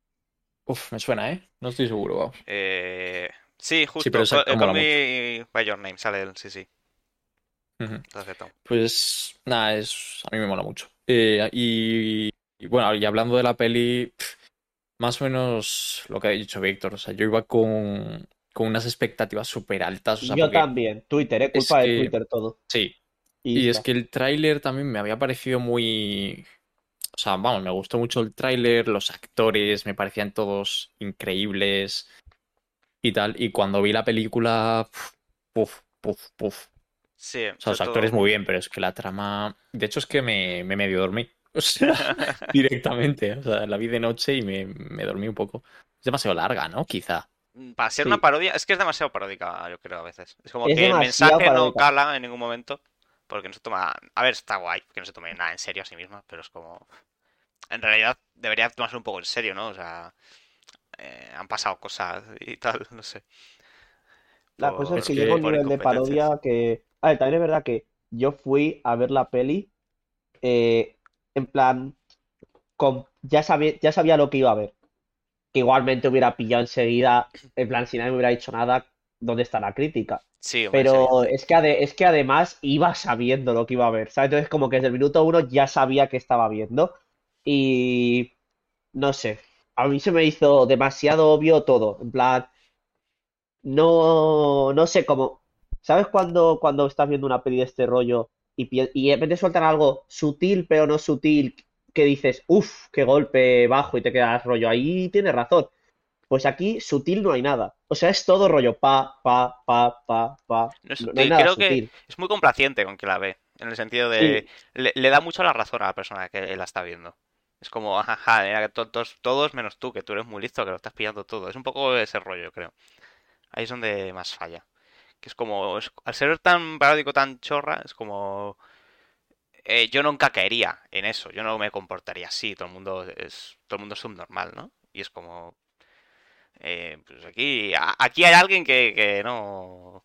Uf, me suena, ¿eh? No estoy seguro, vamos. Eh... Sí, Sí, pero justo. esa Call, eh, actor Call mola mucho. Me by Your Name, sale él, sí, sí. Ujú. Lo has acertado. Pues nada, es, a mí me mola mucho. Eh, y, y bueno, y hablando de la peli, pf, más o menos lo que ha dicho Víctor, o sea, yo iba con, con unas expectativas súper altas, o sea, Yo porque también, Twitter, ¿eh? es Culpa de que, Twitter todo. sí, Y y es Insta. que el tráiler también me había parecido muy, o sea, vamos, me gustó mucho el tráiler, los actores me parecían todos increíbles y tal, y cuando vi la película, puf, puf, puf. Sí, O sea, sobre los actores todo. muy bien, pero es que la trama. De hecho, es que me, me medio dormí. O sea, directamente. O sea, la vi de noche y me, me dormí un poco. Es demasiado larga, ¿no? Quizá. Mm, Para ser una Sí, parodia, es que es demasiado paródica, yo creo, a veces. Es como es que el demasiado mensaje no paródica. cala en ningún momento, porque no se toma... A ver, está guay, que no se tome nada en serio a sí misma, pero es como... En realidad debería tomarse un poco en serio, ¿no? O sea, eh, han pasado cosas y tal, no sé, La cosa es Es que llega a por, un que. por nivel de incompetencias. parodia que... A ver, también es verdad que yo fui a ver la peli eh, en plan, con... ya sabía, ya sabía lo que iba a ver. Que igualmente hubiera pillado enseguida, en plan, si nadie me hubiera dicho nada, ¿dónde está la crítica? Sí, hombre, es Pero evidente. es que, ade- es que además iba sabiendo lo que iba a ver, ¿sabes? Entonces como que desde el minuto uno ya sabía que estaba viendo. Y no sé, a mí se me hizo demasiado obvio todo. En plan, no, no sé cómo. ¿Sabes cuando, cuando estás viendo una peli de este rollo y, pi- y de repente sueltan algo sutil pero no sutil que dices, uff, qué golpe bajo y te quedas rollo ahí? Tienes razón. Pues aquí sutil no hay nada. O sea, es todo rollo pa, pa, pa, pa, pa. No es No, no hay sutil, nada creo que sutil. es muy complaciente con que la ve. En el sentido de. Sí, Le, le da mucho la razón a la persona que la está viendo. Es como, jaja, mira que to- todos, todos menos tú, que tú eres muy listo, que lo estás pillando todo. Es un poco ese rollo, creo. Ahí es donde más falla. Que es como, es- al ser tan paródico, tan chorra, es como, eh, yo nunca caería en eso, yo no me comportaría así, todo el mundo es, todo el mundo es subnormal, ¿no? Y es como, eh, pues aquí, a- aquí hay alguien que, que no,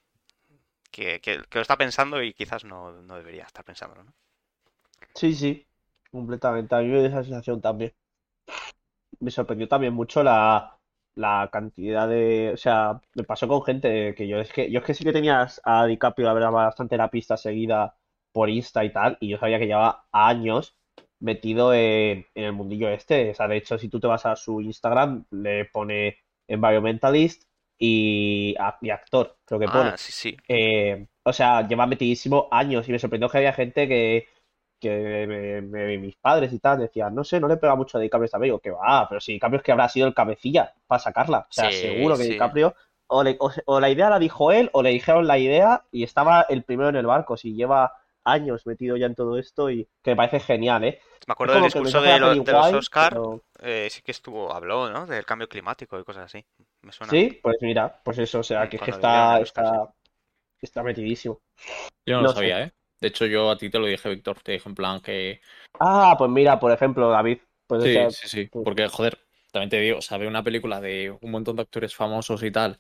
que, que- que lo está pensando y quizás no, no debería estar pensándolo, ¿no? sí, sí. Completamente. A mí me dio esa sensación también. Me sorprendió también mucho la, la cantidad de. O sea, me pasó con gente que yo es que yo es que sí que tenías a DiCaprio, la verdad, bastante la pista seguida por Insta y tal, y yo sabía que llevaba años metido en, en el mundillo este. O sea, de hecho, si tú te vas a su Instagram, le pone Environmentalist y, a- y actor, creo que Ah, pone. sí, sí. Eh, o sea, lleva metidísimo años y me sorprendió que había gente que que me- me- mis padres y tal decían, no sé, no le pega mucho a DiCaprio esta vez. Digo, que va, pero si DiCaprio es que habrá sido el cabecilla para sacarla. O sea, Sí, seguro que sí. DiCaprio, o, le- o, se- o la idea la dijo él, o le dijeron la idea y estaba el primero en el barco. Si lleva años metido ya en todo esto y que me parece genial, ¿eh? Me Es acuerdo del como que el discurso mensaje de de, la lo- peli de los guay, Oscar, pero eh, sí que estuvo, habló, ¿no? Del cambio climático y cosas así. Me suena. sí, pues mira, pues eso, o sea, Mm, que es que cuando le dieron está, el Oscar, sí. está, está metidísimo. Yo no lo No sé. sabía, ¿eh? De hecho, yo a ti te lo dije, Víctor. Te dije en plan que. Ah, pues mira, por ejemplo, David, pues o Sí, sea, sí, sí. pues, Porque, joder, también te digo, o sea, veo una película de un montón de actores famosos y tal,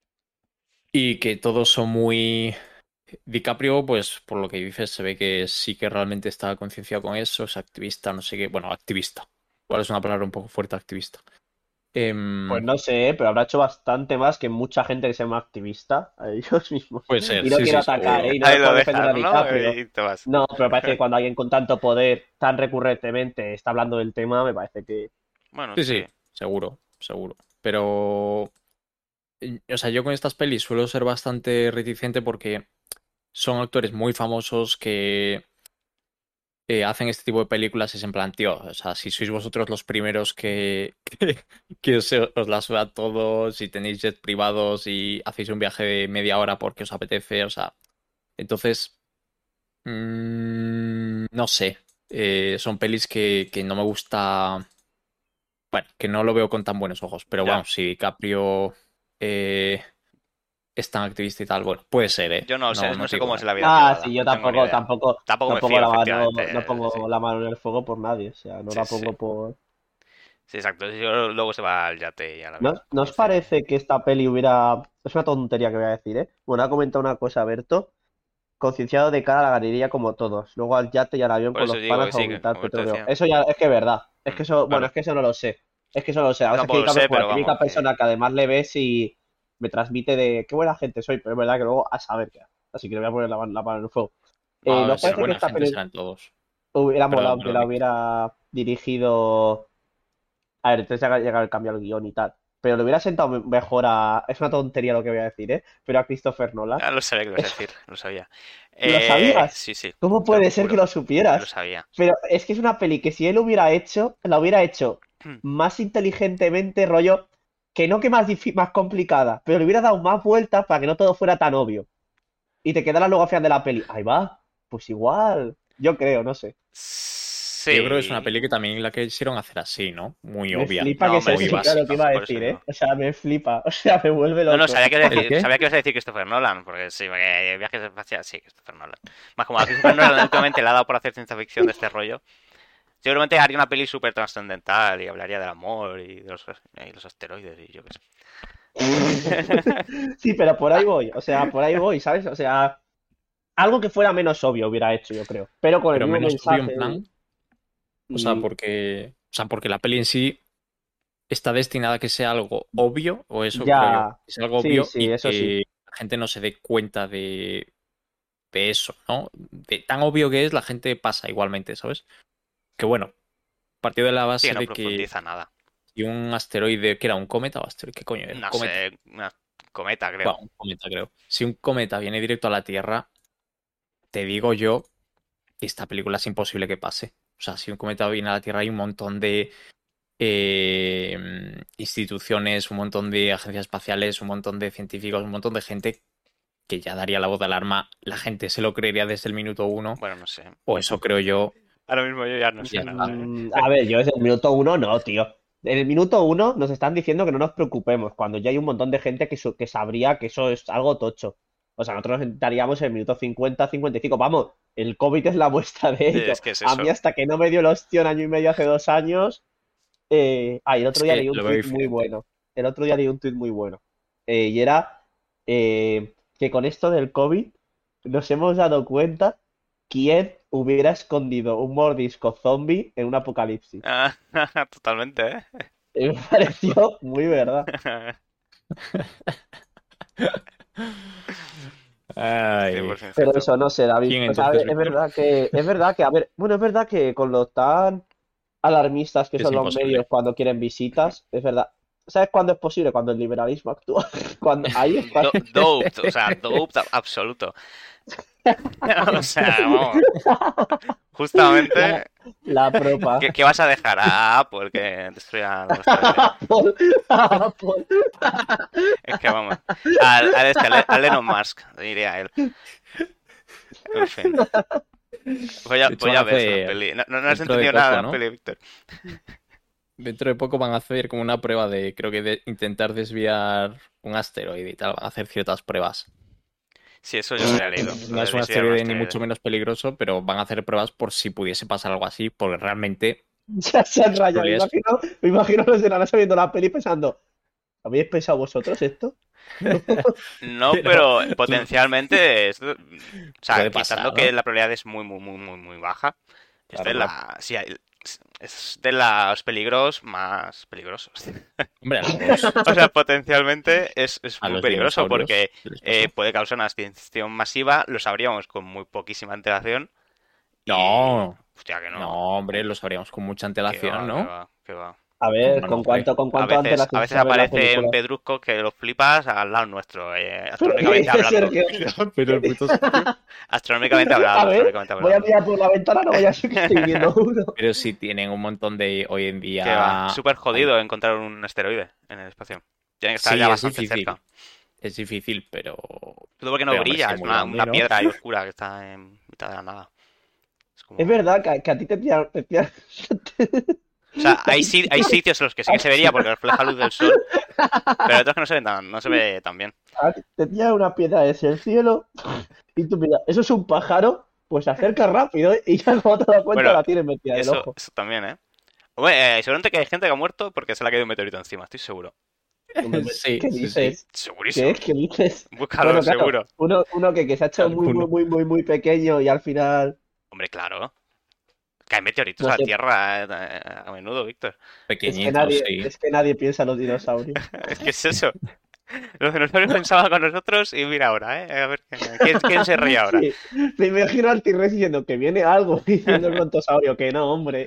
y que todos son muy. DiCaprio, pues por lo que dices, se ve que sí que realmente está concienciado con eso, es activista, no sé qué. Bueno, activista. Igual es una palabra un poco fuerte, activista. Pues Em, no sé, pero habrá hecho bastante más que mucha gente que se llama activista a ellos mismos. puede ser, Y no sí, quiero sí, atacar, seguro. ¿eh? Y no Ahí es lo por defender dejas, a ¿no? DiCaprio. Y te vas. No, pero me parece que cuando alguien con tanto poder tan recurrentemente está hablando del tema, me parece que. Bueno, Sí, sí. sí, seguro, seguro. Pero, eh, o sea, yo con estas pelis suelo ser bastante reticente porque son actores muy famosos que eh, hacen este tipo de películas y es en plan, tío, o sea, si sois vosotros los primeros que, que, que os, os la suda todo, si tenéis jets privados y hacéis un viaje de media hora porque os apetece, o sea, entonces, mm, no sé, eh, son pelis que, que no me gusta, bueno, que no lo veo con tan buenos ojos, pero Ya. vamos, si DiCaprio eh, es tan activista y tal, bueno, puede ser, ¿eh? Yo no sé, No, no no te sé digo cómo que es no. la vida Ah, privada. sí, yo No tengo ni tampoco, idea. tampoco, Tampoco no me pongo fío, la mano, efectivamente. no Sí, pongo la mano en el fuego por nadie. O sea, no sí, la sí. pongo por. Sí, exacto. Si yo- luego se va al yate y al ¿No, avión, no como os dice. parece que esta peli hubiera. Es una tontería que voy a decir, ¿eh? Bueno, ha comentado una cosa, Berto. Concienciado de cara a la galería como todos. Luego al yate y al avión Por con eso los digo panas que a sí, que vomitar como te petróleo. decía. Eso ya es que es verdad. Es que Mm, eso, bueno, claro. es que eso no lo sé. Es que eso no lo sé. Yo O sea, es que tampoco lo DiCaprio es sé, como la pero vamos, típica que. persona que además le ves y me transmite de qué buena gente soy, pero es verdad que luego a saber qué hace. Así que le voy a poner la, mano- la mano en el fuego. Eh, A ¿no ver, os si parece que buena esta gente peli serán todos. hubiera Perdón, molado que perdón, la Víctor. hubiera dirigido? A ver, entonces ya llega el cambio al guión y tal. Pero le hubiera sentado me- mejor a. Es una tontería lo que voy a decir, ¿eh? Pero a Christopher Nolan. Ah, lo sabía que lo ibas a decir, lo sabía. ¿Lo Eh, sabías? sí, sí, ¿Cómo te lo puede ser que juro, lo que lo supieras? sabía. Pero es que es una peli que si él hubiera hecho, la hubiera hecho más inteligentemente, rollo, que no que más, difí- más complicada, pero le hubiera dado más vueltas para que no todo fuera tan obvio. Y te quedaras luego al final de la peli. Ahí va, pues igual. Yo creo, no sé. Yo creo que es una Sí. peli que también la quisieron hacer así, ¿no? Muy Me obvia, flipa No, que hombre, se muy sí. supiera lo que básica. iba a Por eso decir, ¿eh? digo. O sea, me flipa. O sea, me vuelve No, no, loco. sabía que, ibas a ¿El decir, qué? sabía que ibas a decir Christopher Nolan, porque sí, porque viajes espaciales, sí, Christopher Nolan. Más como a Christopher Nolan últimamente le ha dado por hacer ciencia ficción de este rollo. Seguramente haría una peli súper trascendental y hablaría del amor y de los, y los asteroides y yo qué sé. Sí, pero por ahí voy. O sea, por ahí voy, ¿sabes? O sea, algo que fuera menos obvio hubiera hecho, yo creo. Pero con el Pero mismo menos obvio en mensaje y, plan, o sea, y porque, o sea, porque la peli en sí está destinada a que sea algo obvio, o eso creo yo, ya. que sea algo Sí, obvio sí, y eso sí. que la gente no se dé cuenta de, de eso, ¿no? De tan obvio que es, la gente pasa igualmente, ¿sabes? Que bueno, partió de la Sí, que base no de que profundiza nada. si un asteroide, que era un cometa o asteroide, ¿qué coño era? No Cometa. sé, una cometa, creo. Bueno, un cometa creo. Si un cometa viene directo a la Tierra, te digo yo que esta película es imposible que pase. O sea, si un cometa viene a la Tierra hay un montón de eh, instituciones, un montón de agencias espaciales, un montón de científicos, un montón de gente que ya daría la voz de alarma. La gente se lo creería desde el minuto uno, Bueno, no sé. o eso creo yo. Ahora mismo yo ya no y sé ya nada, está. ¿eh? Mm, a ver, yo desde el minuto uno no, tío. En el minuto uno nos están diciendo que no nos preocupemos, cuando ya hay un montón de gente que, su- que sabría que eso es algo tocho. O sea, nosotros nos enteraríamos en el minuto cincuenta, cincuenta y cinco. Vamos, el COVID es la muestra de Sí, ello. es que es A mí eso. hasta que no me dio el ostión año y medio hace dos años. Eh... Ah, y el otro Es día que leí un lo veo tuit muy diferente. bueno. El otro día leí un tuit muy bueno. Eh, y era eh, que con esto del COVID nos hemos dado cuenta quién hubiera escondido un mordisco zombie en un apocalipsis. Ah, totalmente, ¿eh? Y me pareció muy verdad. Ay, cien por ciento Pero cierto. eso, no sé, David. ¿quién Pues a ver, entonces, es Víctor? verdad que, es verdad que, a ver, bueno, es verdad que con lo tan alarmistas que Es son los imposible. medios cuando quieren visitas, es verdad. ¿Sabes cuándo es posible? Cuando el liberalismo actúa. Cuando ahí es Do- cuando... doped, o sea, doped a- absoluto. O sea, vamos. La, Justamente, la propa. ¿qué, qué vas a dejar a Apple que destruya nuestra vida? Apple, Apple. Es que vamos. Al, al este, al, al Elon Musk, diría él. En fin. Voy a, De hecho, voy van a a ver la hacer peli. No, no, no has dentro de entendido nada de poco, la ¿no? peli, Víctor. Dentro de poco van a hacer como una prueba de, creo que de intentar desviar un asteroide y tal. Van a hacer ciertas pruebas. Sí, eso yo se lo he leído. Lo No de es un desviar un asteroide ni asteroide. mucho menos peligroso, pero van a hacer pruebas por si pudiese pasar algo así, porque realmente Ya se han las rayado. Me probabilidades... imagino, me imagino los enanos viendo la peli pensando, ¿habéis pensado vosotros esto? No, Pero pero potencialmente es... O sea, puede quitando pasar, que ¿no? la probabilidad es muy, muy, muy, muy, muy baja, es Claro, de claro. la... Sí, hay- es de los peligros más peligrosos. Hombre, a los, O sea, potencialmente es, es a muy los peligroso porque dinosaurios del eh, espacio. puede causar una extinción masiva, lo sabríamos con muy poquísima antelación y... No, Hostia, que no. no, hombre, lo sabríamos con mucha Que antelación, va, que ¿no? va, que va. A ver, ¿Cómo no, ¿con hombre? cuánto, con A cuánto veces, a antelación se veces sabe la aparece en película? pedruscos que los flipas al lado nuestro, eh, ¿Pero qué astronómicamente dices, hablando. Sergio? Pero el puto Sergio. Astronómicamente A hablando, ver, astronómicamente voy a hablando. mirar por la ventana, no voy a ser que estoy viendo uno. Pero sí tienen un montón de hoy en Que va, día. súper Hay... jodido encontrar un asteroide en el espacio. Tiene que estar ya Sí, es bastante difícil. cerca. Es difícil, pero. Todo porque no Pero hombre, si brilla, es es muy una, grande, una ¿no? piedra ahí oscura que está en mitad de la nada. Es Es como... verdad que, a que a ti te tira, te tira- O sea, que a hay, ti si- te hay tira- sitios en los que sí que se vería porque refleja luz del sol, pero hay otros que no se ven tan, no se ve tan bien. a ti te tira una piedra desde el cielo y tú mira, eso es un pájaro, pues se acerca rápido ¿eh? Y ya cuando te das cuenta Bueno, la tienes metida en el eso, ojo. eso también, ¿eh? Hombre, eh, seguramente que hay gente que ha muerto porque se le ha caído un meteorito encima, estoy seguro. Hombre, Sí, ¿qué sí, sí. dices? ¿Qué Segurísimo. es? ¿Qué dices? Búscalo, Bueno, claro, seguro. uno, uno que, que se ha hecho muy, muy, Alguno. muy, muy, muy pequeño y al final, Hombre, claro. Caen meteoritos no a la sé, Tierra eh, a menudo, Víctor. es que Pequeñitos, nadie, sí. es que nadie piensa en los dinosaurios. Es que es eso. Los dinosaurios pensaban con nosotros y mira ahora, ¿eh? A ver, ¿quién, quién se ríe ahora? Sí, me imagino al T-Rex diciendo que viene algo, diciendo el brontosaurio que no, hombre.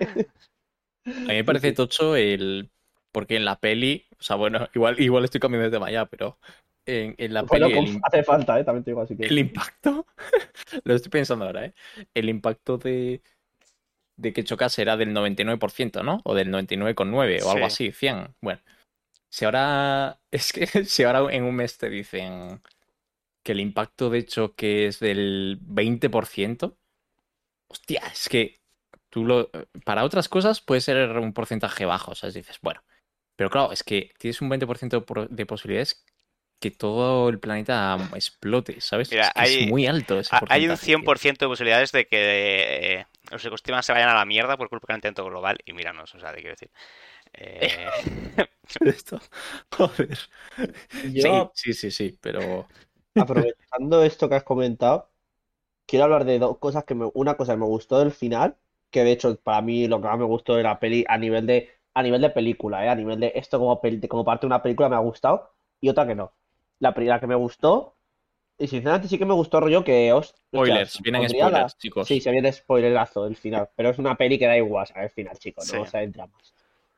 A mí me Sí, parece sí. tocho el. Porque en la peli. O sea, bueno, igual, igual estoy cambiando de tema ya, pero. En, en la Bueno, peli el, conf- im- hace falta, ¿eh? También te digo así que. el impacto. Lo estoy pensando ahora, ¿eh? El impacto de, de que chocase era del noventa y nueve por ciento, ¿no? O del noventa y nueve coma nueve o algo Sí. así, cien. Bueno, si ahora. Es que si ahora en un mes te dicen que el impacto de choque es del veinte por ciento. Hostia, es que tú lo. Para otras cosas puede ser un porcentaje bajo. O sea, dices, bueno. Pero claro, es que tienes un veinte por ciento por- de posibilidades que todo el planeta explote, ¿sabes? Mira, Es que es hay, muy alto ese ha- hay un porcentaje, cien tío. por ciento de posibilidades de que eh, los ecosistemas se vayan a la mierda por culpa del calentamiento global. Y míranos, o sea, te quiero decir. Eh, Esto, joder. Sí, Yo, sí, sí, sí, pero. aprovechando esto que has comentado, quiero hablar de dos cosas que me, una cosa que me gustó del final, que de hecho para mí lo que más me gustó de la peli a nivel de, a nivel de película, ¿eh? A nivel de esto como, peli- como parte de una película me ha gustado, y otra que no. La primera que me gustó, y sinceramente sí que me gustó rollo que, os, hostia, Spoilers, vienen pondría la... spoilers, Sí, chicos. se viene spoilerazo del final, pero es una peli que da igual, ¿sabes? El final, chicos, sí, no se entra más.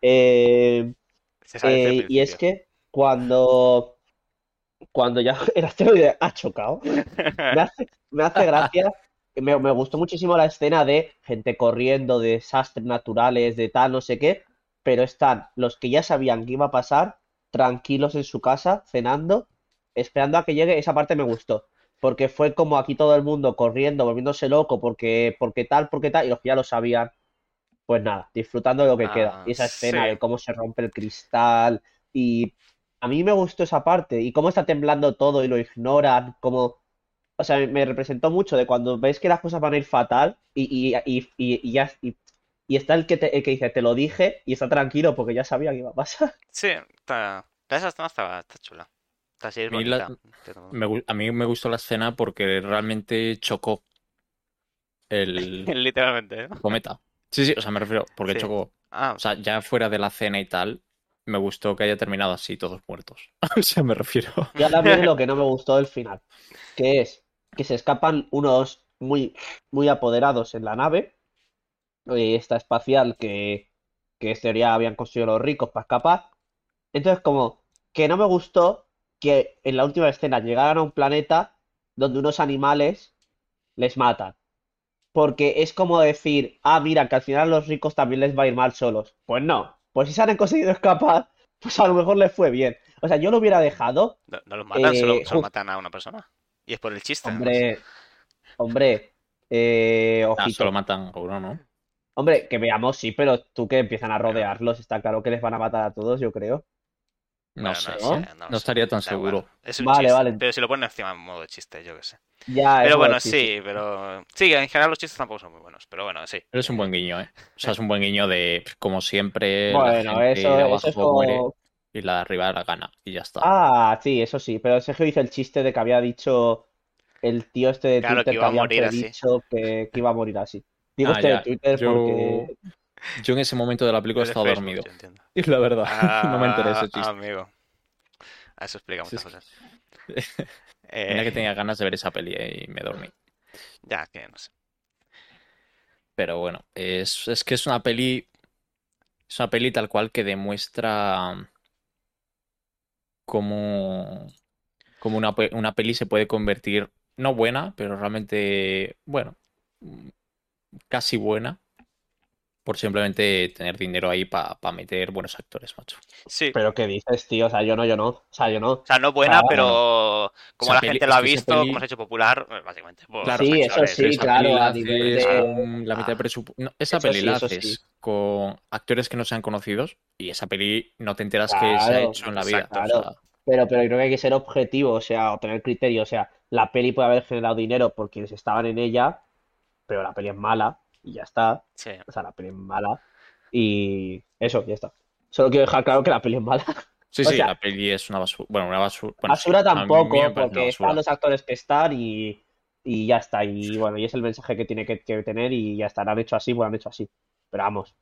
Eh, se sabe desde el eh, y es principio. que cuando, cuando ya el asteroide ha chocado, me hace, me hace gracia, me, me gustó muchísimo la escena de gente corriendo, de desastres naturales, de tal, no sé qué, pero están los que ya sabían que iba a pasar, tranquilos en su casa, cenando, esperando a que llegue. Esa parte me gustó, porque fue como aquí todo el mundo corriendo, volviéndose loco, porque, porque tal, porque tal, y los que ya lo sabían, pues nada, disfrutando de lo que queda. Ah, Y esa sí. escena de cómo se rompe el cristal, y a mí me gustó esa parte, y cómo está temblando todo y lo ignoran, como... O sea, me me representó mucho de cuando ves que las cosas van a ir fatal y, y, y, y, y ya y, y está el que, te, el que dice, te lo dije y está tranquilo porque ya sabía que iba a pasar. Sí, está... Esa escena está, está chula. Está así, es A mí, la- bonita. de todo. me gu- a mí me gustó la escena porque realmente chocó el Literalmente, ¿no? cometa. Sí, sí, o sea, me refiero, porque Sí. chocó. Ah, O sea, ya fuera de la cena y tal, me gustó que haya terminado así, todos muertos. O sea, me refiero. Y ahora viene lo que no me gustó del final, que es que se escapan unos muy, muy apoderados en la nave, eh, esta espacial que, que en teoría habían construido los ricos para escapar. Entonces, como que no me gustó que en la última escena llegaran a un planeta donde unos animales les matan. Porque es como decir, ah, mira, que al final a los ricos también les va a ir mal solos. Pues no, pues si se han conseguido escapar, pues a lo mejor les fue bien. O sea, yo lo hubiera dejado, no, no los matan, solo, eh, solo justo, matan a una persona. Y es por el chiste, además. hombre, hombre, eh, Ah, solo ojito. matan a uno, ¿no? Hombre, que veamos, sí, pero tú que empiezan a Bueno, rodearlos, está claro que les van a matar a todos, yo creo. No bueno, no sé, lo sé, ¿eh? ¿No? no lo No sé. estaría tan Da igual. seguro. Es un Vale, chiste. vale. Pero si lo ponen encima en modo de chiste, yo qué sé. Ya, Pero es modo bueno, chiste. sí, pero... Sí, en general los chistes tampoco son muy buenos. Pero bueno, sí. Pero es un buen guiño, ¿eh? O sea, es un buen guiño de, como siempre, la Bueno, gente eso, de eso es abajo muere como... y la de arriba la gana. Y ya está. Ah, sí, eso sí, pero Sergio hizo el chiste de que había dicho el tío este de Claro que Twitter que iba a habían morir así. predicho que, que iba a morir así. Digo Ah, este de ya. Twitter Yo, porque... yo en ese momento de la película Es de estaba Facebook, dormido. yo entiendo. Y la verdad, no me enteré de Ah, ese chiste. amigo. Eso explica Si muchas es que- cosas. Eh, Mira que tenía ganas de ver esa peli eh, y me dormí. ya, que no sé. Pero bueno, es, es que es una peli. Es una peli tal cual que demuestra cómo, cómo una, pe- una peli se puede convertir, no buena, pero realmente, bueno, mm, casi buena, por simplemente tener dinero ahí para meter buenos actores, macho. Sí. Pero ¿qué dices, tío? O sea, yo no, yo no. O sea, yo no. O sea, no O sea, buena, Bueno, pero como esa la peli, gente lo es ha que esa visto, como peli, se ha hecho popular, pues, básicamente por los claro, sí, eso actores. pero sí, esa peli claro, la a nivel haces Claro. de... con la mitad de Ah, presupuesto. Esa Eso peli sí, la eso sí. haces con actores que no sean conocidos y esa peli no te enteras que se ha Claro, hecho en la vida. exacto. O claro. sea, Pero, pero creo que hay que ser objetivo, o sea, o tener criterio. O sea, la peli puede haber generado dinero por quienes estaban en ella, pero la peli es mala y ya está. Sí. O sea, la peli es mala y eso, ya está. Solo quiero dejar claro que la peli es mala. sí, O sí, sea, la peli es una basura. Bueno, una basura. Bueno, sí, basura a mí me tampoco, parece una porque están basura. los actores que están y, y ya está. Y bueno, y es el mensaje que tiene que, que tener y ya está. Lo han hecho así, pues lo han hecho así. Pero vamos.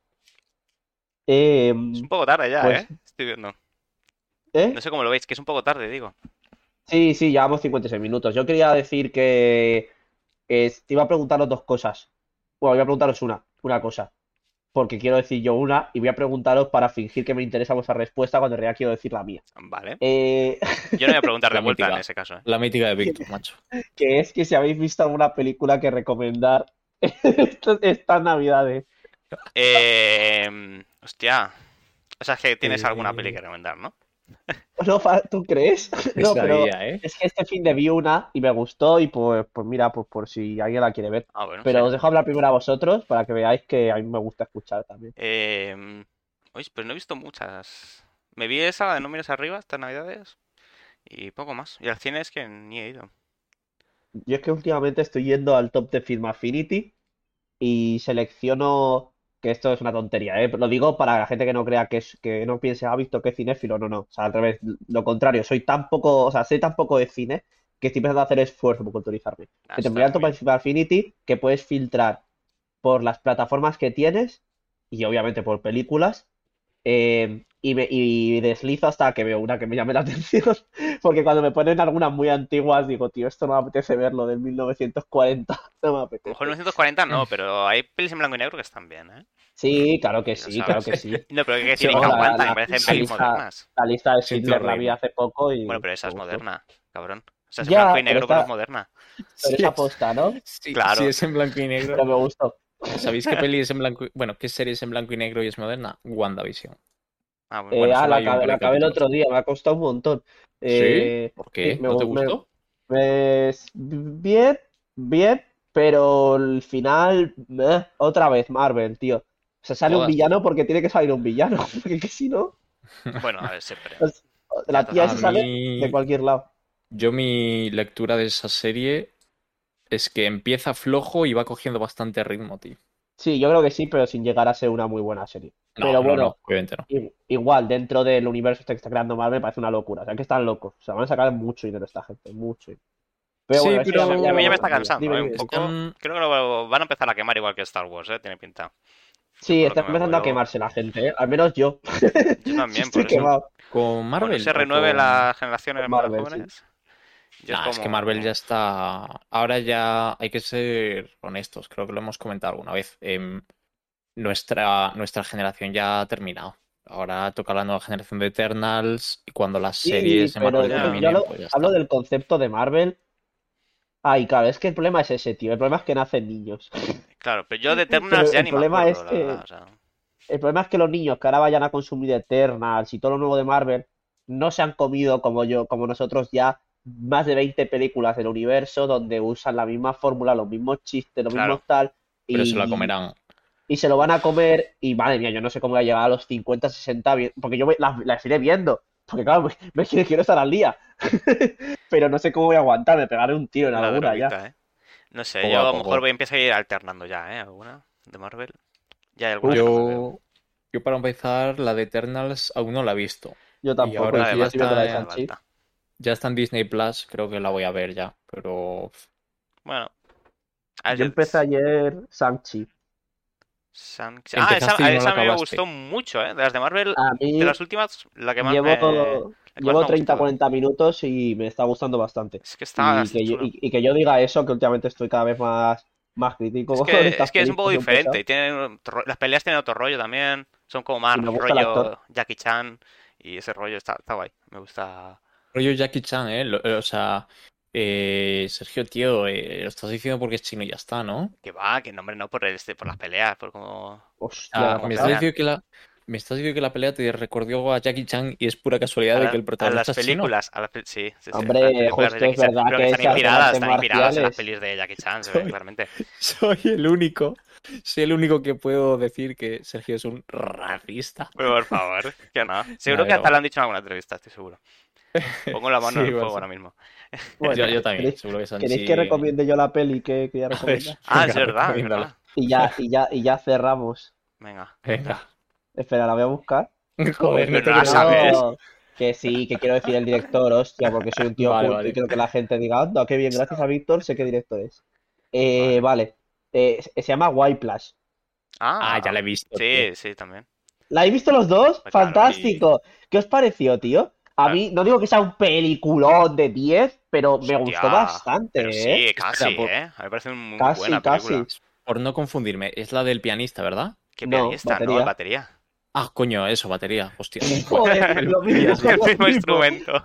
Eh, Es un poco tarde ya, pues, ¿eh? Estoy viendo. No ¿eh? sé cómo lo veis, que es un poco tarde, digo. Sí, sí, llevamos cincuenta y seis minutos. Yo quería decir que, que te iba a preguntaros dos cosas. Bueno, voy a preguntaros una, una cosa. Porque quiero decir yo una y voy a preguntaros para fingir que me interesa vuestra respuesta cuando en realidad quiero decir la mía. Vale. Eh, Yo no voy a preguntar de La vuelta en mítica. ese caso, ¿eh? La mítica de Víctor, macho. que es que si habéis visto alguna película que recomendar estas, estas navidades. Eh... Hostia. O sea, es que tienes alguna peli Eh, que recomendar, ¿no? No, fa- ¿tú crees? que No, pero sabía, ¿eh? es que este fin de vi una y me gustó y pues, pues mira, pues por si alguien la quiere ver. Ah, bueno, sí. Pero os dejo hablar primero a vosotros para que veáis que a mí me gusta escuchar también. Eh... Uy, pues no he visto muchas. Me vi esa, la de No mires arriba, estas navidades. Y poco más. Y al cine es que ni he ido. Yo es que últimamente estoy yendo al top de Film Affinity y selecciono, que esto es una tontería, ¿eh? Lo digo para la gente que no crea que es, que no piense, ha visto que es cinéfilo, no, no. O sea, al revés, lo contrario, soy tan poco, o sea, sé tan poco de cine que estoy empezando a hacer esfuerzo por culturizarme. Ah, Que te voy está al muy top de bien. Film Affinity que puedes filtrar por las plataformas que tienes y obviamente por películas. eh, y, me- y deslizo hasta que veo una que me llame la atención. Porque cuando me ponen algunas muy antiguas, digo, tío, esto no me apetece verlo del mil novecientos cuarenta. No me A lo mejor apetece. mil novecientos cuarenta no, pero hay pelis en blanco y negro que están bien, ¿eh? Sí, claro que Y lo sí, claro que sabes. sí. No, pero ¿qué Sí, tienen que Vamos, vamos, la, aguantan? Me la- parecen la pelis lista, modernas. la lista de siento Schindler la vi horrible. hace poco Bueno, y pero esa me es gustó. moderna, cabrón. O sea, es en blanco Ya, y pero negro, pero es esta, moderna. pero Sí esa es, posta, ¿no? sí, sí Claro. es en blanco y negro. Pero me gustó. ¿Sabéis qué peli es en blanco y... Bueno, qué serie es en blanco y negro y es moderna? WandaVision. Ah, bueno. Eh, Bueno, ah, solo la hay un acabé, par la de acabé el capítulos. otro día, me ha costado un montón. ¿Sí? Eh, ¿Por sí, qué? me, ¿No te gu- me- gustó? me- bien, bien, pero el final, meh, otra vez Marvel, tío. O sea, sale un Todas. villano porque tiene que salir un villano, porque que si no, Bueno, a ver, siempre. pues, Ya la está tía A esa saliendo. sale de mí, cualquier lado. yo mi lectura de esa serie es que empieza flojo y va cogiendo bastante ritmo, tío. Sí, yo creo que sí, pero sin llegar a ser una muy buena serie. No, Pero no, no, bueno, obviamente no. i- igual, dentro del universo este que está creando Marvel, me parece una locura. O sea, que están locos. O sea, van a sacar mucho dinero esta gente, mucho. Pero bueno, Sí, eso ya me, ya A me mí ya me pero está gustaría. cansando, Dime, ¿eh? Un dime. poco. están Creo que lo van a empezar a quemar igual que Star Wars, ¿eh? Tiene pinta. Yo Sí, por lo está que me empezando a veo. quemarse la gente, ¿eh? Al menos yo. Yo Yo también, estoy por eso. quemado con Cuando Marvel se o renueve con... las generaciones con más Marvel, sí. jóvenes, yo es Nah, es que Marvel ya como. está... Ahora ya hay que ser honestos, creo que lo hemos comentado alguna vez. Em, nuestra, nuestra generación ya ha terminado. Ahora toca la nueva generación de Eternals y cuando las Sí, series de pero Marvel yo, te- yo Ya. terminen, hablo, pues ya hablo está. del concepto de Marvel. Ay, claro, es que el problema es ese, tío. El problema es que nacen niños. Claro, pero yo de Pero Eternals ya el ni me problema acuerdo, es la verdad. que O sea. el problema es que los niños que ahora vayan a consumir Eternals y todo lo nuevo de Marvel no se han comido como yo, como nosotros ya más de veinte películas del universo donde usan la misma fórmula, los mismos chistes, los mismos Claro. tal Pero se la y, comerán. y se lo van a comer y madre mía, yo no sé cómo voy a llegar a los cincuenta, sesenta, vi- porque yo me- las, las iré viendo, porque claro, me, me quiero, quiero estar al día, pero no sé cómo voy a aguantar, me pegaré un tiro en La alguna ya. droguita, ¿eh? No sé, Poco yo a a lo mejor poco. voy a empezar a ir alternando ya, ¿eh? Alguna de Marvel. Ya hay alguna que Uf, no me veo. Yo, yo para empezar, la de Eternals aún no la he visto. yo Y tampoco, ahora y No hace que ya estoy viendo falta, la de no hace está, Sanchi. falta. ya está en Disney Plus, creo que la voy a ver ya. Pero Bueno, a Yo ver, empecé ayer Sanchi. San- Ah, esa, empezaste a y no la esa a mí me gustó acabaste. mucho, ¿eh? De las de Marvel, A de mí las últimas, la que más me, llevo, la que más me llevo ha treinta gustado. cuarenta minutos y me está gustando bastante. Es que está, Y está que yo, chulo. y, y que yo diga eso, que últimamente estoy cada vez más, más Es crítico con que, es estas que es un pelis poco porque son diferente. pesadas. Y tienen otro ro- las peleas tienen otro rollo también. Son como Y me más gusta el actor. rollo Jackie Chan. Y ese rollo está, está guay. Me gusta. Rollo Jackie Chan, ¿eh? Lo- eh, o sea, eh, Sergio, tío, eh, lo estás diciendo porque es chino y ya está, ¿no? O Que va, que nombre no por el, este, por las peleas, por cómo, Hostia, ¿qué sea, ha cómo me estás pasado? pelean. diciendo que la, me estás diciendo que la pelea te recordó a Jackie Chan y es pura casualidad A, de que la- el a las protagonista es chino. películas, a las, pe- sí, sí, sí, a las Hombre, películas de justo es Jackie Chan. verdad Pero que que están se hacen inspiradas, artes están inspiradas en las marciales. pelis de Jackie Chan, se ve Soy, claramente. soy el único, soy el único que puedo decir que Sergio es un racista. Pero por favor, que no. Seguro Nada, que de hasta lo broma. han dicho en alguna entrevista, estoy seguro. Pongo la mano en Sí, el igual fuego sí. ahora mismo. Yo, Bueno, yo también, ¿queréis, seguro que queréis que Sanchi. recomiende yo la peli que quería A ver, recomendar? Ah, es venga, verdad, es recomiéndala. verdad. Y ya, y ya, y ya cerramos. Venga. Venga. Espera, la voy a buscar. Joder, no Pero no te la creo. sabes. No, que sí, que quiero decir el director, hostia, porque soy un tío Vale, culto y vale. quiero que la gente diga, anda, qué bien, gracias a Víctor sé qué director es. Eh, Vale. vale, Eh, se se llama Whiplash. Ah, ya Ah, la he visto, tío. sí, sí, también. ¿La habéis visto los dos? Pues claro. Sí. ¡Fantástico! ¿Qué os pareció, tío? A Ah, mí, no digo que sea un peliculón de diez, pero me gustó hostia. Pero bastante, ¿eh? sí, casi, Espera, por, ¿eh? A mí me parece muy, muy Casi, buena película. casi. por no confundirme, es la del pianista, ¿verdad? Qué No, pianista, ¿no? El batería. batería. Ah, coño, eso, batería. Hostias. Bueno, Joder, El, lo mismo, ya el lo mismo mismo. instrumento.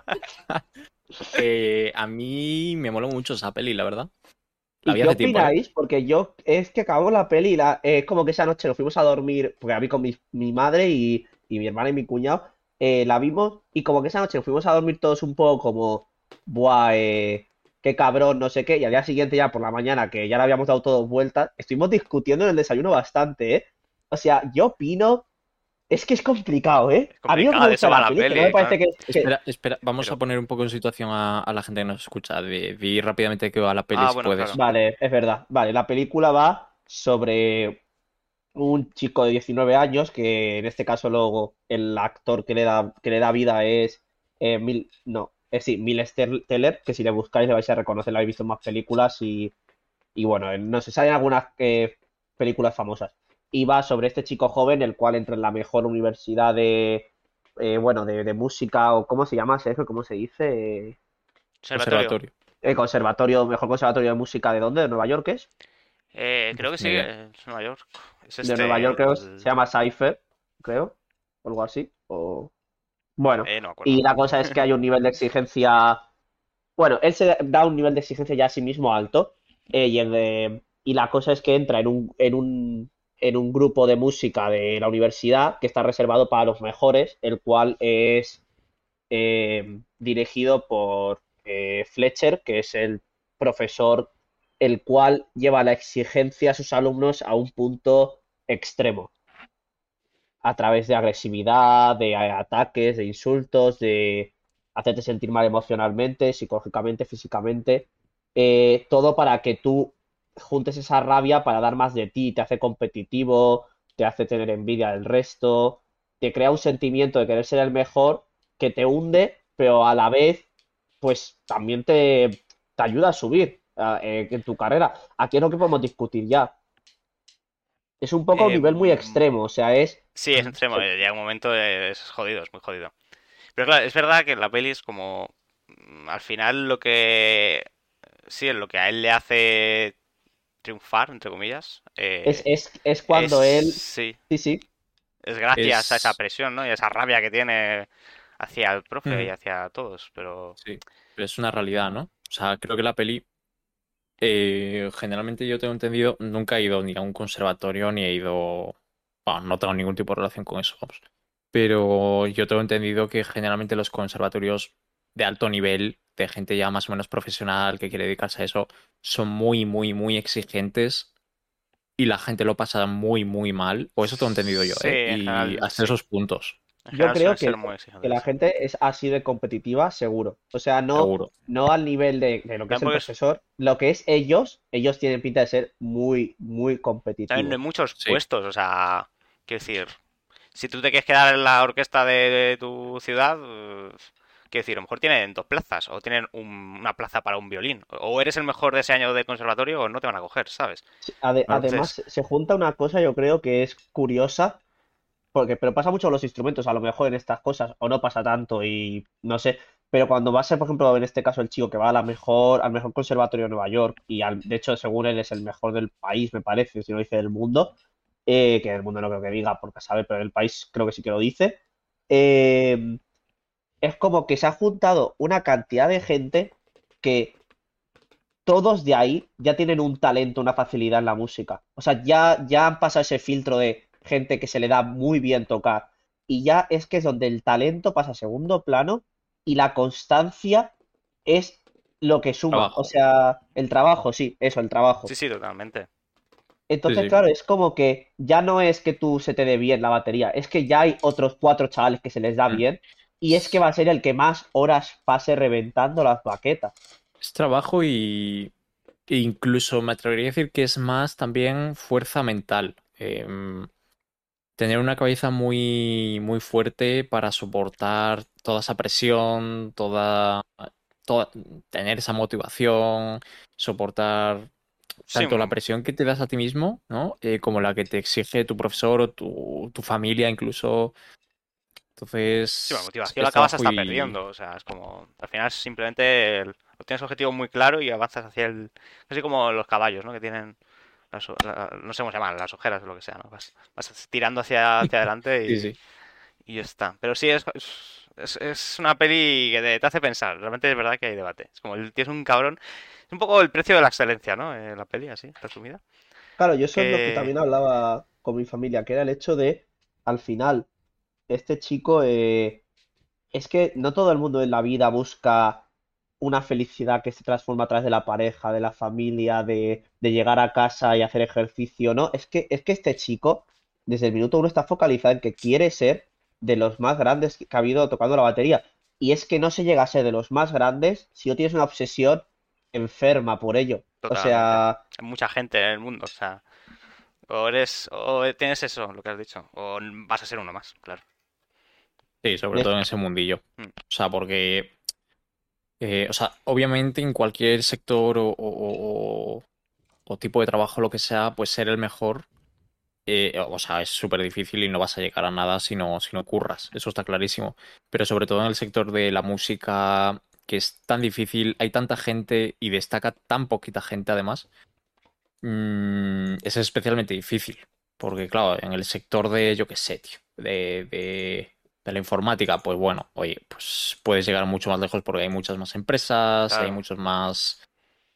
Eh, a mí me moló mucho esa peli, la verdad. La ¿Y vi qué hace tiempo, ¿eh? opináis? Porque yo es que acabamos la peli y la, es como que esa noche nos fuimos a dormir, porque la vi con mi, mi madre y, y mi hermana y mi cuñado, eh, la vimos y como que esa noche nos fuimos a dormir todos un poco como, buah, eh, qué cabrón, no sé qué, y al día siguiente ya por la mañana, que ya le habíamos dado todos vueltas, estuvimos discutiendo en el desayuno bastante, ¿eh? O sea, yo opino, es que es complicado, ¿eh? Es A mí me complicado, de gusta eso va la la peli, que no me peli, parece claro. que, que- Espera, espera, vamos a Pero. poner un poco en situación a, a la gente que nos escucha. Di, di rápidamente que va la peli Ah, si bueno, puedes. claro. Vale, es verdad, vale, la película va sobre un chico de diecinueve años, que en este caso luego el actor que le da, que le da vida es eh, Mil, no, eh, sí, Miles Tel- Teller, que si le buscáis le vais a reconocer, lo habéis visto en más películas y, y bueno, eh, no sé, salen algunas eh, películas famosas. Y va sobre este chico joven, el cual entra en la mejor universidad de, eh, bueno, de, de música, o ¿cómo se llama, Sergio? ¿Cómo se dice? Eh, Observatorio. Conservatorio. el conservatorio, mejor conservatorio de música ¿de dónde? ¿De Nueva York es? Eh, creo Uf, que ni sí, idea. que es Nueva York. Es De Nueva este, York creo que se el... llama Cypher, creo, o algo así, o... Bueno, Eh, no me acuerdo. y la cosa es que hay un nivel de exigencia. Bueno, él se da un nivel de exigencia ya a sí mismo alto. eh, y, el de- y la cosa es que entra en un, en un, en un grupo de música de la universidad que está reservado para los mejores, el cual es eh, dirigido por eh, Fletcher, que es el profesor el cual lleva la exigencia a sus alumnos a un punto extremo, a través de agresividad, de a- ataques, de insultos, de hacerte sentir mal emocionalmente, psicológicamente, físicamente, eh, todo para que tú juntes esa rabia para dar más de ti, te hace competitivo, te hace tener envidia del resto, te crea un sentimiento de querer ser el mejor que te hunde, pero a la vez, pues también te, te ayuda a subir ah, eh, en tu carrera. Aquí es lo que podemos discutir ya. Es un poco a un nivel muy Em, extremo, o sea, es... sí, es extremo. eh, Llega un momento, eh, es jodido, es muy jodido. Pero claro, es verdad que la peli es como... mm, Al final lo que... Sí, lo que a él le hace triunfar, entre comillas, Es, eh, es, es es... cuando él, Sí, sí, sí, es gracias a esa Es... presión, ¿no? Y a esa rabia que tiene hacia el profe y Mm, hacia todos, pero... sí, pero es una realidad, ¿no? O sea, creo que la peli, eh, generalmente yo tengo entendido, nunca he ido ni a un conservatorio ni he ido... Bueno, no tengo ningún tipo de relación con eso, vamos. Pero yo tengo entendido que generalmente los conservatorios de alto nivel, de gente ya más o menos profesional que quiere dedicarse a eso, son muy, muy, muy exigentes y la gente lo pasa muy, muy mal. O eso tengo entendido yo, Sí, ¿eh? en Y general, hasta sí. esos puntos, En yo general suelen creo que, ser muy que la exigentes. gente es así de competitiva, seguro. O sea, no, seguro. no al nivel de, de lo que es También el porque es- profesor, lo que es ellos, ellos tienen pinta de ser muy, muy también no hay competitivos. muchos Sí. puestos, o sea, quiero decir, si tú te quieres quedar en la orquesta de, de tu ciudad, eh, quiero decir, a lo mejor tienen dos plazas, o tienen un- una plaza para un violín, o eres el mejor de ese año de conservatorio o no te van a coger, ¿sabes? Sí, ade- Claro. Entonces, además, se junta una cosa, yo creo que es curiosa. Porque, pero pasa mucho con los instrumentos, a lo mejor en estas cosas, o no pasa tanto, y no sé. Pero cuando va a ser, por ejemplo, en este caso, el chico que va a la mejor, al mejor conservatorio de Nueva York, y al- de hecho, según él, es el mejor del país, me parece, si no dice del mundo, eh, que del mundo no creo que diga, porque sabe, pero del país creo que sí que lo dice. eh, es como que se ha juntado una cantidad de gente que todos de ahí ya tienen un talento, una facilidad en la música. O sea, ya, ya han pasado ese filtro de gente que se le da muy bien tocar. Y ya es que es donde el talento pasa a segundo plano y la constancia es lo que suma. O Trabajo. sea, el trabajo, sí, eso, el sí, trabajo. sí, totalmente. Sí, Entonces, sí. claro, es como que ya no es que tú se te dé bien la batería, es que ya hay otros cuatro chavales que se les da Mm. bien y es que va a ser el que más horas pase reventando las baquetas. Es trabajo y e incluso me atrevería a decir que es más también fuerza mental. Em, tener una cabeza muy, muy fuerte para soportar toda esa presión, toda, toda, tener esa motivación, soportar Sí, tanto la mm, presión que te das a ti mismo, ¿no? Eh, como la que te exige tu profesor o tu, tu familia incluso. sí, la Entonces, es, motivación la es acabas trabajo hasta y... perdiendo, o sea, es como, al final es simplemente el- tienes objetivo muy claro y avanzas hacia el, así como los caballos, ¿no? Que tienen las o- la- no sé cómo se llaman, las ojeras o lo que sea, ¿no? Vas, vas tirando hacia, hacia adelante Sí, y, sí. y ya está. Pero sí, es, es, es- es una peli que te, te hace pensar. Realmente es verdad que hay debate. Es como el tío es un cabrón. Es un poco el precio de la excelencia, ¿no? Eh, la peli, así, resumida. Claro, yo eso es lo que Que... también hablaba con mi familia, que era el hecho de, al final, este chico, eh, es que no todo el mundo en la vida busca una felicidad que se transforma a través de la pareja, de la familia, de, de llegar a casa y hacer ejercicio, ¿no? Es que, es que este chico, desde el minuto uno, está focalizado en que quiere ser de los más grandes que ha habido tocando la batería. Y es que no se llega a ser de los más grandes si no tienes una obsesión enferma por ello. O Totalmente. sea, Hay mucha gente en el mundo, o sea, o eres, o tienes eso, lo que has dicho, o vas a ser uno más, claro. Sí, sobre es- todo en ese mundillo. Mm, O sea, porque, eh, o sea, obviamente en cualquier sector o, o- o- o tipo de trabajo, lo que sea, pues ser el mejor, eh, o sea, es súper difícil y no vas a llegar a nada si no, si no curras. Eso está clarísimo. Pero sobre todo en el sector de la música, que es tan difícil, hay tanta gente y destaca tan poquita gente además, mm, es especialmente difícil. Porque, claro, en el sector de, yo qué sé, tío, de, de, de la informática, pues bueno, oye, pues puedes llegar mucho más lejos porque hay muchas más empresas, hay claro. muchos más.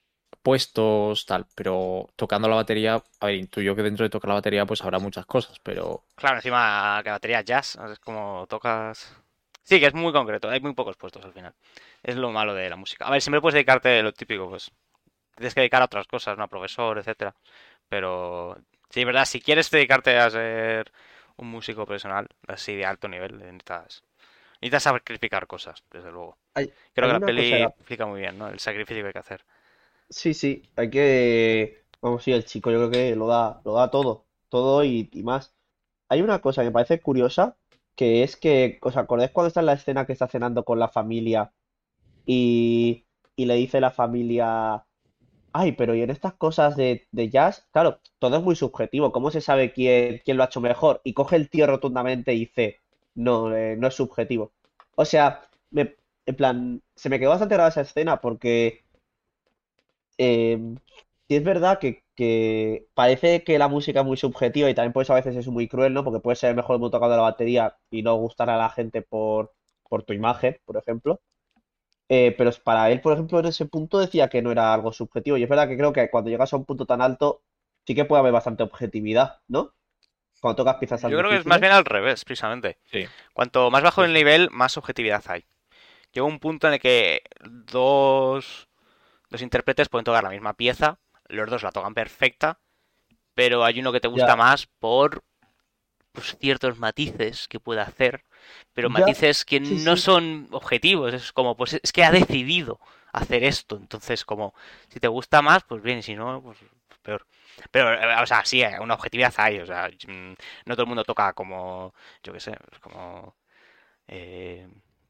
puestos, tal, pero tocando la batería, a ver, intuyo que dentro de tocar la batería pues habrá muchas cosas, pero Claro, encima que batería jazz, es como tocas... Sí, que es muy concreto, hay muy pocos puestos al final. Es lo malo de la música. A ver, siempre puedes dedicarte a lo típico, pues tienes que dedicar a otras cosas, ¿no? A profesor, etcétera. Pero sí, es verdad, si quieres dedicarte a ser un músico profesional, así de alto nivel, necesitas, necesitas sacrificar cosas, desde luego. Hay, Creo hay que la una cosa, peli era- explica muy bien, ¿no? El sacrificio que hay que hacer. sí, sí, hay que, vamos, sí, el chico yo creo que lo da, lo da todo, todo y, y más. Hay una cosa que me parece curiosa, que es que, ¿os acordáis cuando está en la escena que está cenando con la familia y, y le dice la familia, ay, pero y en estas cosas de, de jazz, claro, todo es muy subjetivo, ¿cómo se sabe quién, quién lo ha hecho mejor? Y coge el tío rotundamente y dice, no, eh, no es subjetivo. O sea, me, en plan, se me quedó bastante rara esa escena porque eh, sí es verdad que, que parece que la música es muy subjetiva y también por eso a veces es muy cruel, ¿no? Porque puede ser el mejor muy tocado de la batería y no gustar a la gente por, por tu imagen, por ejemplo. Eh, pero es- para él, por ejemplo, en ese punto decía que no era algo subjetivo. Y es verdad que creo que cuando llegas a un punto tan alto, sí que puede haber bastante objetividad, ¿no? Cuando tocas piezas tan Yo creo que es más difíciles. bien al revés, precisamente. sí, Cuanto más bajo sí, el sí. nivel, más subjetividad hay. Llega un punto en el que dos, dos intérpretes pueden tocar la misma pieza, los dos la tocan perfecta, pero hay uno que te gusta Ya, más por pues, ciertos matices que puede hacer, pero ya, matices que sí, no sí. son objetivos, es como, pues es que ha decidido hacer esto, entonces como, si te gusta más, pues bien, y si no, pues peor. Pero, eh, o sea, sí, eh, una objetividad hay, o sea, mm, no todo el mundo toca como, yo qué sé, pues como, eh,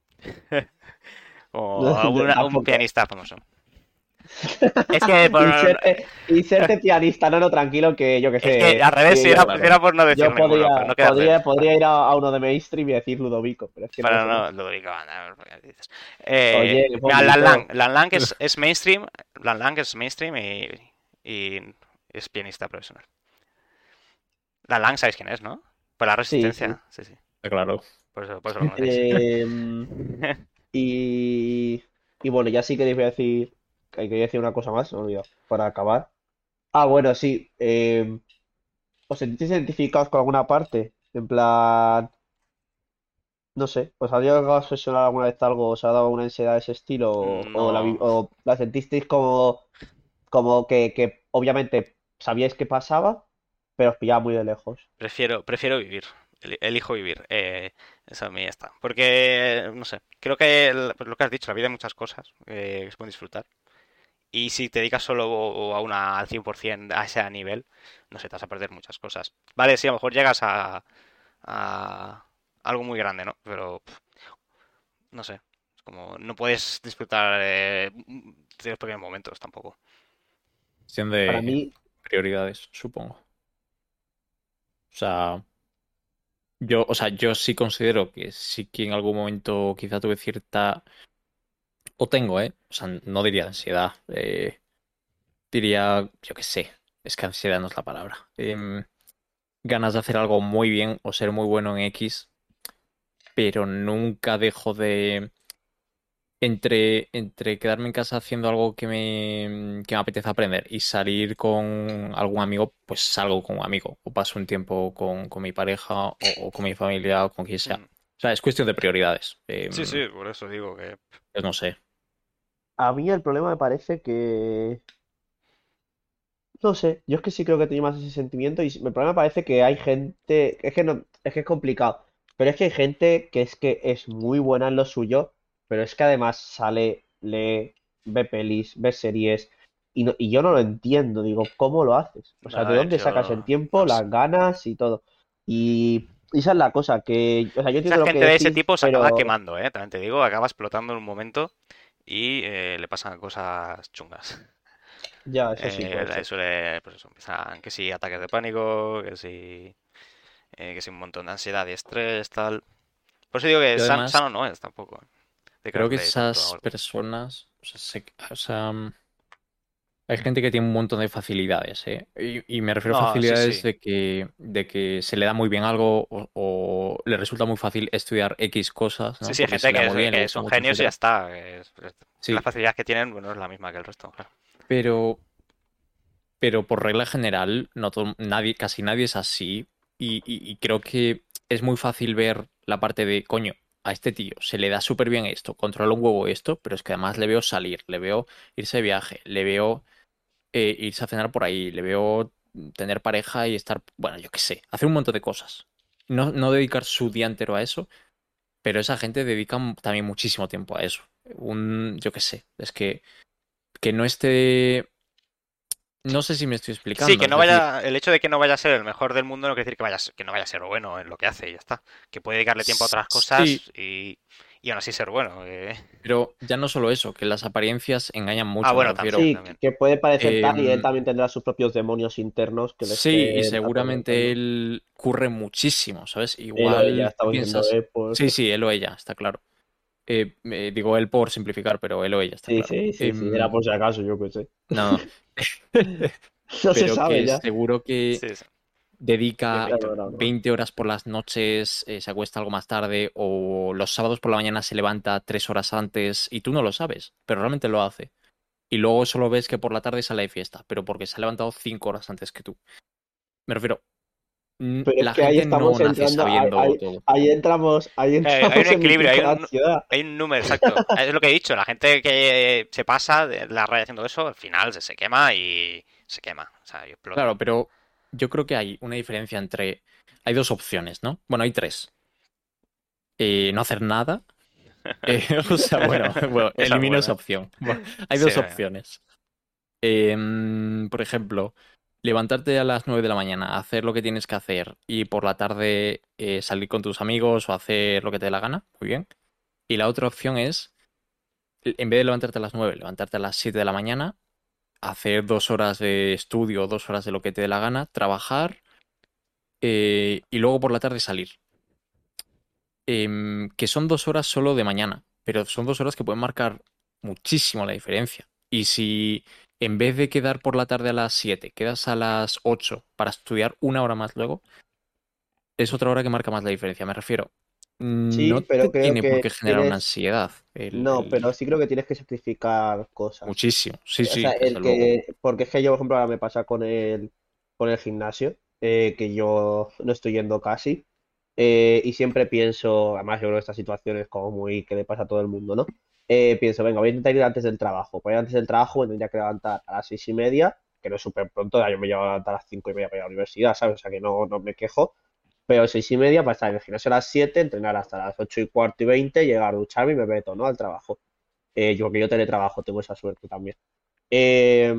como una- un Tampoco. pianista famoso. Es que, por, Inserte, inserte pianista, no, no, tranquilo, que yo que es que sé. al revés, Sí, si yo, era, si Claro. era por no decir yo ninguno, podría, pero no quedar del... podría, podría ir a, a uno de mainstream y decir Ludovico, pero es que no me Para sé no, más. Ludovico Van Damme, ¿qué dices? Oye, Eh, qué mira, Lan Lang. bonito. Lan Lang es, es mainstream. Lan Lang es mainstream y, y es pianista profesional. Lan Lang, ¿sabéis quién es, no? Por la Sí, sí. resistencia. Sí, sí. Está claro. Por eso, por eso lo conocéis. Em, y, y bueno, ya sí queréis voy a decir, que quería decir una cosa más, se me ha olvidado, para acabar. Ah, bueno, sí. em, ¿os sentís identificados con alguna parte? En plan, no sé, ¿os ha llegado a obsesionar alguna vez algo? ¿Os ha dado una ansiedad de ese estilo? ¿O, o la, vi- No. o la sentisteis como, como que, que obviamente sabíais que pasaba, pero os pillaba muy de lejos? Prefiero, prefiero vivir. El- Elijo vivir. Eh, eso a mí ya está. Porque, no sé, creo que el- pues lo que has dicho, la vida hay muchas cosas eh, que se pueden disfrutar. Y si te dedicas solo a una al cien por ciento a ese nivel, no sé, te vas a perder muchas cosas. Vale, sí, a lo mejor llegas a, a algo muy grande, ¿no? Pero, pf, no sé, es como no puedes disfrutar eh, de los pequeños momentos tampoco. Cuestión Para de mí, prioridades, supongo. O sea, yo, o sea, yo sí considero que sí que en algún momento quizá tuve cierta, o tengo, ¿eh? O sea, no diría ansiedad, eh, diría, yo qué sé, es que ansiedad no es la palabra. Em, ganas de hacer algo muy bien o ser muy bueno en X, pero nunca dejo de entre, entre quedarme en casa haciendo algo que me, que me apetece aprender y salir con algún amigo, pues salgo con un amigo o paso un tiempo con, con mi pareja o, o con mi familia o con quien sea. Mm. O sea, es cuestión de prioridades. Sí, Em, sí, por eso digo que... pues no sé. a mí el problema me parece que, no sé, yo es que sí creo que tenía más ese sentimiento y el problema me parece que hay gente, es que no, es que es complicado, pero es que hay gente que es que es muy buena en lo suyo, pero es que además sale, lee, ve pelis, ve series y, no- y yo no lo entiendo, digo, ¿cómo lo haces? O sea, A ¿de ver, dónde sacas yo... el tiempo, No sé. las ganas y todo? Y, y esa es la cosa, que, o sea, yo Esa entiendo lo que gente de ese decís, tipo se acaba pero quemando, ¿eh? También te digo, acaba explotando en un momento y eh, le pasan cosas chungas. ya, eso sí Eh, puede ser. eso le, pues eso, empiezan que si ataques de pánico, que si, eh, que si un montón de ansiedad y estrés, tal. Por eso digo que Yo san- además sano no es tampoco creo que dedicarle tanto a esas algo. personas, o sea, se- o sea, hay gente que tiene un montón de facilidades, ¿eh? Y, y me refiero a No, sí, facilidades sí. de que, de que se le da muy bien algo o, o le resulta muy fácil estudiar X cosas, Sí, ¿no? sí, hay Porque gente se le da que, muy es- bien, le que gusta son mucho, genios y ya etcétera. está. que es- es- la Sí, facilidad que tienen, bueno, es la misma que el resto, claro. pero pero por regla general, no todo- nadie, casi nadie es así. Y, y- y creo que es muy fácil ver la parte de, coño, a este tío se le da súper bien esto, controla un huevo esto, pero es que además le veo salir, le veo irse de viaje, le veo eh, irse a cenar por ahí, le veo tener pareja y estar, bueno, yo qué sé, hacer un montón de cosas. No, no dedicar su día entero a eso, pero esa gente dedica m- también muchísimo tiempo a eso. Un, yo qué sé, es que, que no esté, no sé si me estoy Sí, que explicando, es no decir, vaya, el hecho de que no vaya a ser el mejor del mundo no quiere decir que vaya, a ser- que no vaya a ser bueno en lo que hace y ya está. Que puede dedicarle tiempo a otras sí, cosas y, y aún así ser bueno. eh. pero ya no solo eso, que las apariencias engañan Ah, mucho, me bueno, también, refiero. Sí, también. que puede parecer tal y él Em, también tendrá sus propios demonios internos que le sí, y estén seguramente atormentando. él curre muchísimo, ¿sabes? Él o ella, Igual tú estamos diciendo piensas, él, pues. sí, sí, él o ella, está claro. Eh, eh, digo él por simplificar, pero él o ella, está Sí, claro. sí, sí, sí, era Em, por si acaso, yo qué sé. no, no. No se Pero sabe que ya. seguro que Sí, sí. Bien dedica visto. Claro, no, no. veinte horas por las noches, eh, se acuesta algo más tarde, o los sábados por la mañana se levanta tres horas antes y tú no lo sabes, pero realmente lo hace. Y luego solo ves que por la tarde sale de fiesta, pero porque se ha levantado cinco horas antes que tú. Me refiero, mm, Pero es la que ahí gente no estamos nace entrando, ahí, sabiendo ahí, todo. ahí entramos, ahí Hay, hay un entramos en mi equilibrio, hay pico de un, ansiedad. hay un número exacto. Es lo que he dicho, la gente que se pasa de la raya haciendo eso, al final se, se quema y se quema. O sea, y explota. Claro, pero yo creo que hay una diferencia entre... Hay dos opciones, ¿no? Bueno, hay tres. Eh, no hacer nada. eh, o sea, bueno, bueno, Esa es elimino esa buena. opción. Bueno, hay Sí, dos opciones. Em, por ejemplo, levantarte a las nueve de la mañana, hacer lo que tienes que hacer y por la tarde eh, salir con tus amigos o hacer lo que te dé la gana. Muy bien. Y la otra opción es, en vez de levantarte a las nueve, levantarte a las siete de la mañana, hacer dos horas de estudio, dos horas de lo que te dé la gana, trabajar eh, y luego por la tarde salir. Em, que son dos horas solo de mañana, pero son dos horas que pueden marcar muchísimo la diferencia. Y si en vez de quedar por la tarde a las siete quedas a las ocho para estudiar una hora más luego, es otra hora que marca más la diferencia. Me refiero, no Sí, te pero creo tiene por que qué generar una tienes, ansiedad el, no, el- pero sí creo que tienes que sacrificar cosas. muchísimo. Sí, O sea, sí, el desde luego. que, porque es que yo, por ejemplo, ahora me pasa con el, con el gimnasio, eh, que yo no estoy yendo casi, eh, y siempre pienso, además yo creo que esta situación es como muy que le pasa a todo el mundo, ¿no? Eh, pienso, venga, voy a intentar ir antes del trabajo. Para ir antes del trabajo me tendría que levantar a las seis y media, que no es súper pronto, ya yo me llevo a levantar a las cinco y media para ir a la universidad, ¿sabes? O sea que no, no me quejo. Pero seis y media para estar en el gimnasio a las siete, entrenar hasta las ocho y cuarto y veinte, llegar, ducharme y me meto, ¿no? Al trabajo. Eh, yo, que yo teletrabajo, tengo esa suerte también. Eh,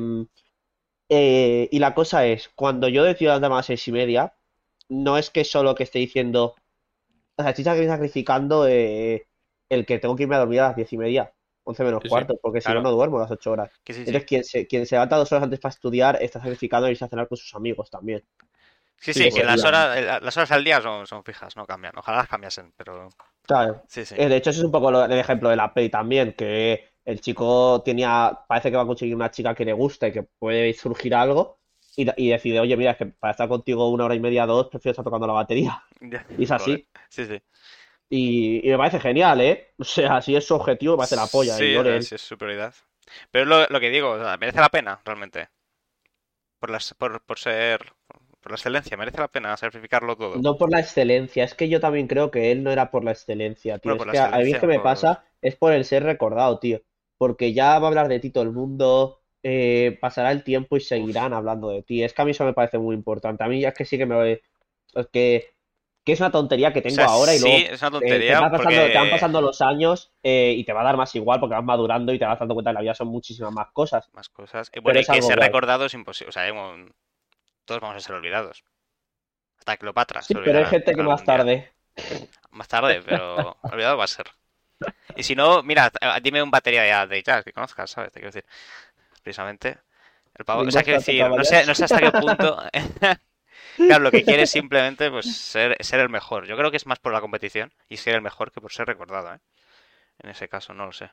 eh, y la cosa es, cuando yo decido levantarme a las seis y media, no es que solo que esté diciendo, o sea, estoy sacri- sacrificando eh, el que tengo que irme a dormir a las diez y media, once menos Sí, sí. cuarto, porque si no, claro. no duermo las ocho horas. Que sí, sí. Entonces, quien se, quien se levanta dos horas antes para estudiar está sacrificando irse a cenar con sus amigos también. Sí, Sí, sí, que Ese las día. efectivamente. horas, eh, las horas al día son, son fijas, no cambian. Ojalá las cambiasen, pero Claro. sí, sí. Eh, De hecho, ese es un poco lo- el ejemplo de la Play también, que el chico tenía, parece que va a conseguir una chica que le gusta y que puede surgir algo, y, y decide, oye, mira, es que para estar contigo una hora y media, dos, prefiero estar tocando la batería. Ya, Y es joder. así. Sí, sí. Y, y me parece genial, ¿eh? O sea, si es su objetivo, me parece la polla, y Sí, o ole sea, él. sí es su prioridad. Pero es lo, lo que digo, o sea, merece la pena, realmente. Por las, por, por ser, por la excelencia, merece la pena sacrificarlo todo. No por la excelencia, es que yo también creo que él no era por la excelencia, tío. Bueno, por Es la que a, a mí es que excelencia, me por... pasa, es por el ser recordado, tío. Porque ya va a hablar de ti todo el mundo, eh, pasará el tiempo y Uf. seguirán hablando de ti. Es que a mí eso me parece muy importante. A mí ya es que sí que me... es que, que es una tontería que O tengo sea, ahora y sí, luego es una eh, te tontería vas pasando, te van porque... pasando los años eh, y te va a dar más igual porque vas madurando y te vas dando cuenta que la vida son muchísimas más cosas. Más cosas. Y bueno, Pero y es que algo ser guay. recordado es imposible. O sea, hay un- todos vamos a ser olvidados. Hasta Cleopatra Sí, se pero hay olvidará gente que más algún día. tarde. Más tarde, pero olvidado va a ser. Y si no, mira, eh, dime un batería de, de jazz que conozcas, ¿sabes? Te quiero decir, precisamente. El pavo, o Ringo sea, quiero Starr decir, tocaba no sé, jazz. no sé hasta qué punto. Claro, lo que quiere es simplemente pues ser, ser el mejor. Yo creo que es más por la competición y ser el mejor que por ser recordado, ¿eh? En ese caso, no lo sé.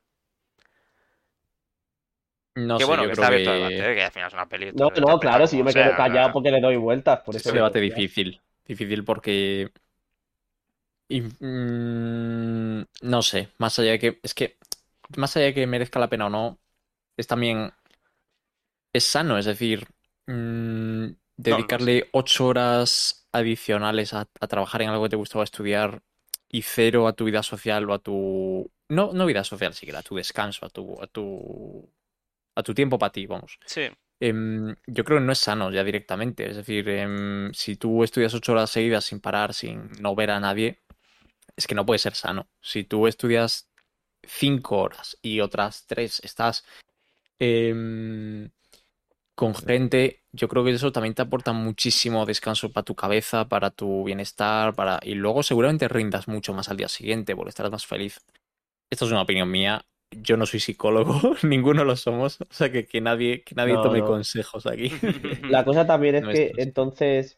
No Qué sé, bueno yo que creo está abierto a debate, que ¿eh? Que al final es una peli, tú No, lo no, interpretas claro, si yo como me quedo sea, o callado sea. porque le doy vueltas, por Sí, es eso un sí. digo, debate tías. difícil. Difícil porque... y, mm, no sé, más allá de que... Es que, más allá de que merezca la pena o no, es también... Es sano, es decir... mm, No, no sé. dedicarle ocho horas adicionales a, a trabajar en algo que te gustaba estudiar y cero a tu vida social o a tu... No, no vida social siquiera, a tu descanso, a tu, a tu, a tu tiempo para ti, vamos. Sí, Em, yo creo que no es sano ya directamente. Es decir, em, si tú estudias ocho horas seguidas sin parar, sin no ver a nadie, es que no puede ser sano. Si tú estudias cinco horas y otras tres estás em, con gente, yo creo que eso también te aporta muchísimo descanso para tu cabeza, para tu bienestar, para... y luego seguramente rindas mucho más al día siguiente porque estarás más feliz. Esto es una opinión mía. Yo no soy psicólogo, ninguno lo somos, o sea que, que nadie, que nadie No, tome no. consejos aquí. La cosa también es que Nuestros. entonces,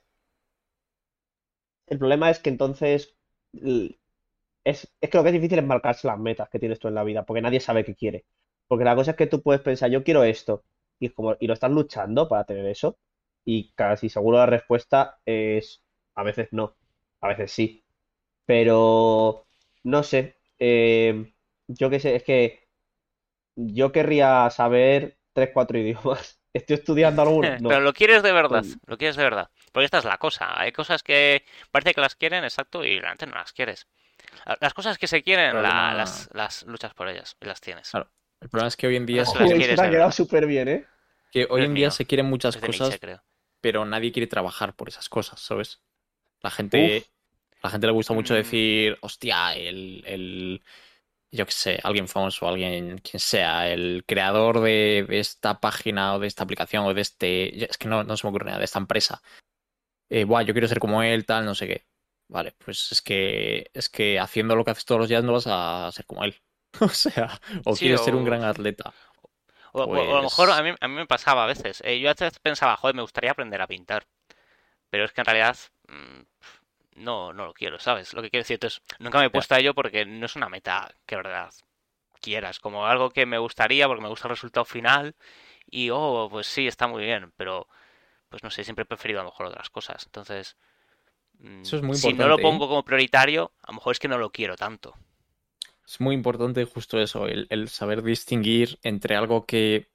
el problema es que entonces, l- es, es que lo que es difícil es marcarse las metas que tienes tú en la vida, porque nadie sabe qué quiere. Porque la cosa es que tú puedes pensar, yo quiero esto, y es como, y lo estás luchando para tener eso, y casi seguro la respuesta es, a veces no, a veces sí. Pero, no sé, eh, yo qué sé, es que yo querría saber tres, cuatro idiomas. ¿Estoy estudiando alguno? pero No. lo quieres de verdad, Pues, lo quieres de verdad. Porque esta es la cosa. Hay cosas que parece que las quieren, exacto, y realmente no las quieres. Las cosas que se El quieren, la- problema, las, las luchas por ellas y las tienes. claro, el problema es que hoy en día Cosas se que las joder, eso quieres te ha de quedado verdad. súper bien, ¿eh? que No hoy es en día mío, se quieren muchas es de Nietzsche, cosas, creo. pero nadie quiere trabajar por esas cosas, ¿sabes? La Uf. gente, la gente le gusta mucho Mm, decir, hostia, el, el, yo qué sé, alguien famoso, alguien, quien sea, el creador de, de esta página o de esta aplicación o de este, es que no, no se me ocurre nada, de esta empresa. Eh, buah, yo quiero ser como él, tal, no sé qué. Vale, pues es que, es que haciendo lo que haces todos los días no vas a ser como él. O sea, o sí, quieres ser un o, gran atleta, o, o a lo mejor a pues mí, a mí me pasaba a veces. Eh, yo a veces pensaba, joder, me gustaría aprender a pintar. Pero es que en realidad mm, no, no lo quiero, ¿sabes? Lo que quiero decir, entonces, nunca me he ya. puesto a ello porque no es una meta que de verdad quieras, como algo que me gustaría porque me gusta el resultado final y, oh, pues sí, está muy bien, pero, pues no sé, siempre he preferido a lo mejor otras cosas. Entonces, Eso mm, es muy si no lo importante, ¿eh? pongo como prioritario, a lo mejor es que no lo quiero tanto. Es muy importante justo eso, el, el saber distinguir entre algo que,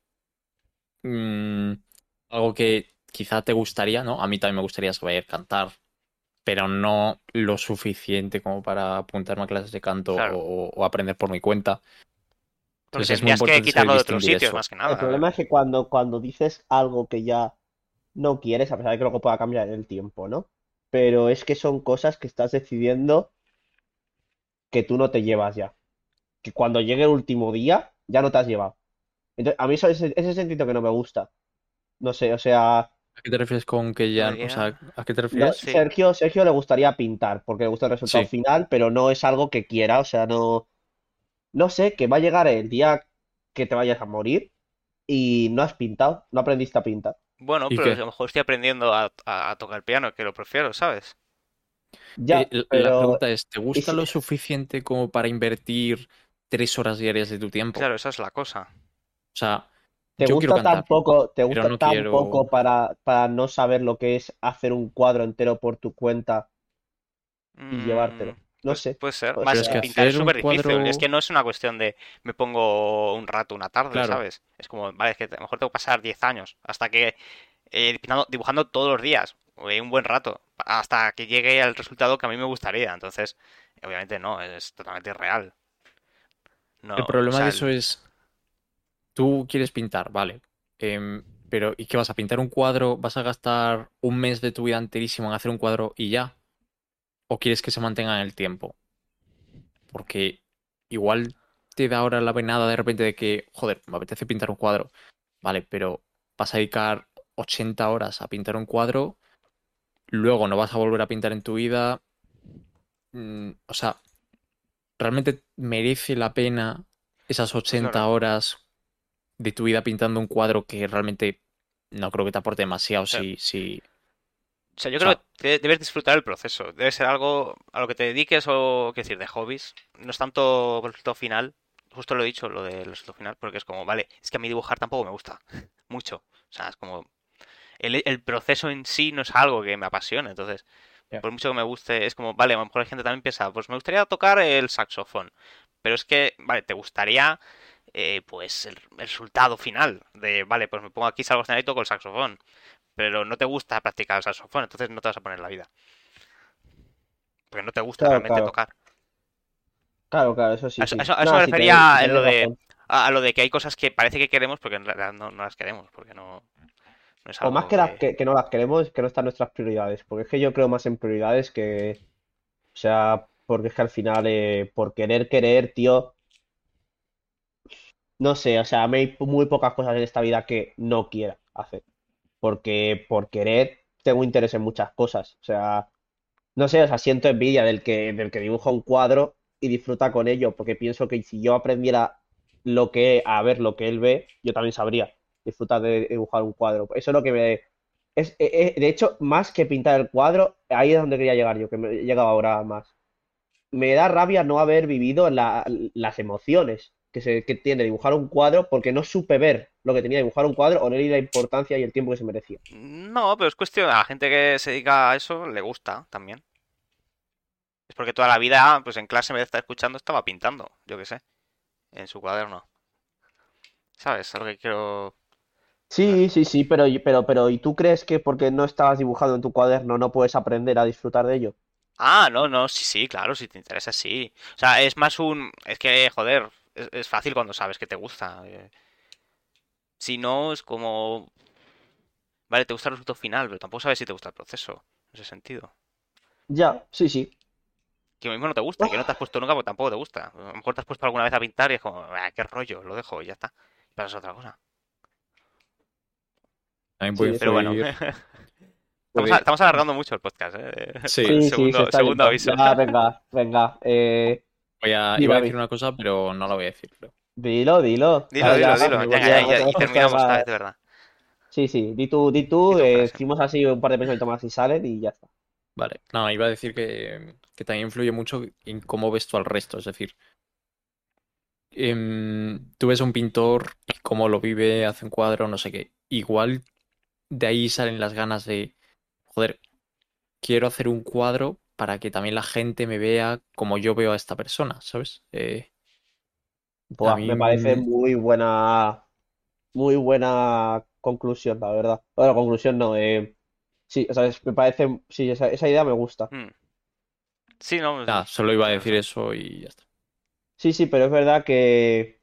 mm, algo que quizá te gustaría, ¿no? A mí también me gustaría saber cantar, pero no lo suficiente como para apuntarme a clases de canto Claro, o, o aprender por mi cuenta. porque Entonces es muy tendrías que importante saber quitarlo de otros distinguir sitios, eso. más que El nada. problema es que cuando, cuando dices algo que ya no quieres, a pesar de que luego pueda cambiar en el tiempo, ¿no? Pero es que son cosas que estás decidiendo que tú no te llevas ya. Que cuando llegue el último día, ya no te has llevado. Entonces, a mí eso es ese sentido que no me gusta. No sé, o sea, ¿A qué te refieres con que Lo ya, o diría, sea, ¿a qué te no, refieres? sí. Sergio, Sergio le gustaría pintar, porque le gusta el resultado Sí, final, pero no es algo que quiera, o sea, no, no sé, que va a llegar el día que te vayas a morir y no has pintado, no aprendiste a pintar. Bueno, ¿y pero a qué? lo mejor estoy aprendiendo a, a- a tocar piano, que lo prefiero, ¿sabes? Eh, Ya, l- la pero pregunta es, ¿te ¿y gusta si- lo suficiente como para invertir tres horas diarias de tu tiempo? Claro, esa es la cosa. O sea, ¿te yo quiero gusta tan cantar, poco, te pero gusta no tan quiero... poco para, para no saber lo que es hacer un cuadro entero por tu cuenta y Mm, llevártelo? No pues sé. puede ser. O Más Pero es es que que sea, pintar es hacer un súper difícil. Es que cuadro, no es una cuestión de me pongo un rato, una tarde, claro, ¿sabes? Es como, vale, es que a lo mejor tengo que pasar diez años hasta que eh, pintando- dibujando todos los días, eh, un buen rato, hasta que llegue al resultado que a mí me gustaría. Entonces, obviamente no, es totalmente irreal. No, el o problema de sea, eso el- es, tú quieres pintar, vale, em, pero ¿y qué vas a pintar un cuadro? ¿Vas a gastar un mes de tu vida enterísimo en hacer un cuadro y ya? ¿O quieres que se mantenga en el tiempo? Porque igual te da ahora la venada de repente de que, joder, me apetece pintar un cuadro. Vale, pero vas a dedicar ochenta horas a pintar un cuadro, luego no vas a volver a pintar en tu vida. Mm, o sea, ¿realmente merece la pena esas pues ochenta claro. horas de tu vida pintando un cuadro que realmente no creo que te aporte demasiado O sea, si, si... O sea, yo O creo sea, que te- debes disfrutar el proceso. Debe ser algo a lo que te dediques o, qué decir, de hobbies. No es tanto el resultado final. Justo lo he dicho, lo del resultado final, porque es como, vale, es que a mí dibujar tampoco me gusta mucho. O sea, es como, el, el proceso en sí no es algo que me apasione. Entonces, ya. por mucho que me guste, es como, vale, a lo mejor la gente también piensa, pues me gustaría tocar el saxofón. Pero es que, vale, te gustaría eh, pues el, el resultado final de, vale, pues me pongo aquí, salgo escenario y toco el saxofón, pero no te gusta practicar el saxofón, entonces no te vas a poner la vida, porque no te gusta Claro, realmente claro. tocar. Claro, claro, eso A sí, eso, a sí. eso- a eso No, me sí, tenéis, sí refería en lo tenéis de, razón. a, a lo de que hay cosas que parece que queremos, porque en realidad no, no las queremos, porque no, no es O más algo que, las que... que, que no las queremos, es que no están nuestras prioridades. Porque es que yo creo más en prioridades que. O sea, porque es que al final, eh, por querer, querer, tío. No sé, o sea, me hay muy pocas cosas en esta vida que no quiera hacer. Porque por querer tengo interés en muchas cosas. O sea, no sé, o sea, siento envidia del que, del que dibuja un cuadro y disfruta con ello. Porque pienso que si yo aprendiera lo que, a ver lo que él ve, yo también sabría disfrutar de dibujar un cuadro. Eso es lo que me. Es, eh, eh, de hecho, más que pintar el cuadro, ahí es donde quería llegar yo, que me he llegado ahora más. Me da rabia no haber vivido la- las emociones que, se, que tiene dibujar un cuadro porque no supe ver lo que tenía dibujar un cuadro o no le di la importancia y el tiempo que se merecía. No, pero es cuestión, a la gente que se dedica a eso le gusta también. Es porque toda la vida, pues en clase en vez de estar escuchando, estaba pintando, yo qué sé, en su cuaderno. ¿Sabes? Algo que quiero... Sí, sí, sí, pero, pero, pero, ¿y tú crees que porque no estabas dibujando en tu cuaderno no puedes aprender a disfrutar de ello? Ah, no, no, sí, sí, claro, si te interesa, sí. O sea, es más un... Es que, joder, es, es fácil cuando sabes que te gusta. eh. Si no, es como... Vale, te gusta el resultado final, pero tampoco sabes si te gusta el proceso, en ese sentido. Ya, sí, sí. Que lo mismo no te gusta y que no te has puesto nunca porque tampoco te gusta. A lo mejor te has puesto alguna vez a pintar y es como, "Ah, qué rollo, lo dejo y ya está. Y pasas a otra cosa. También puede Sí, Pero eso bueno, influir. estamos, a- Puede... estamos alargando mucho el podcast, ¿eh? Sí, sí, sí, se Segundo, está segundo yendo. aviso. Ya, venga, venga. Eh, voy a... dime iba a a decir mí. una cosa, pero no la voy a decir, creo. Dilo, dilo. Que Dilo, ahora ya, dilo, sí, dilo. me Ya, voy ya, a- me ya. Y tenemos puesto terminamos esta además. vez, de verdad. Sí, sí, di tú, di Di tú, tu eh, frase. decimos así un par de pensamientos más y salen y ya está. Vale. No, iba a decir que, que también influye mucho en cómo ves tú al resto. Es decir, em, tú ves a un pintor y cómo lo vive, hace un cuadro, no sé qué. Igual de ahí salen las ganas de, joder, quiero hacer un cuadro para que también la gente me vea como yo veo a esta persona, ¿sabes? Eh, a Buah, mí, me parece mm, muy buena, muy buena conclusión, la verdad. Bueno, conclusión no, eh, sí, o sea, es- me parece, sí, esa, esa idea me gusta. Hmm. Sí, no, nada, pues, solo iba a tienes decir razón. eso y ya está. Sí, sí, pero es verdad que,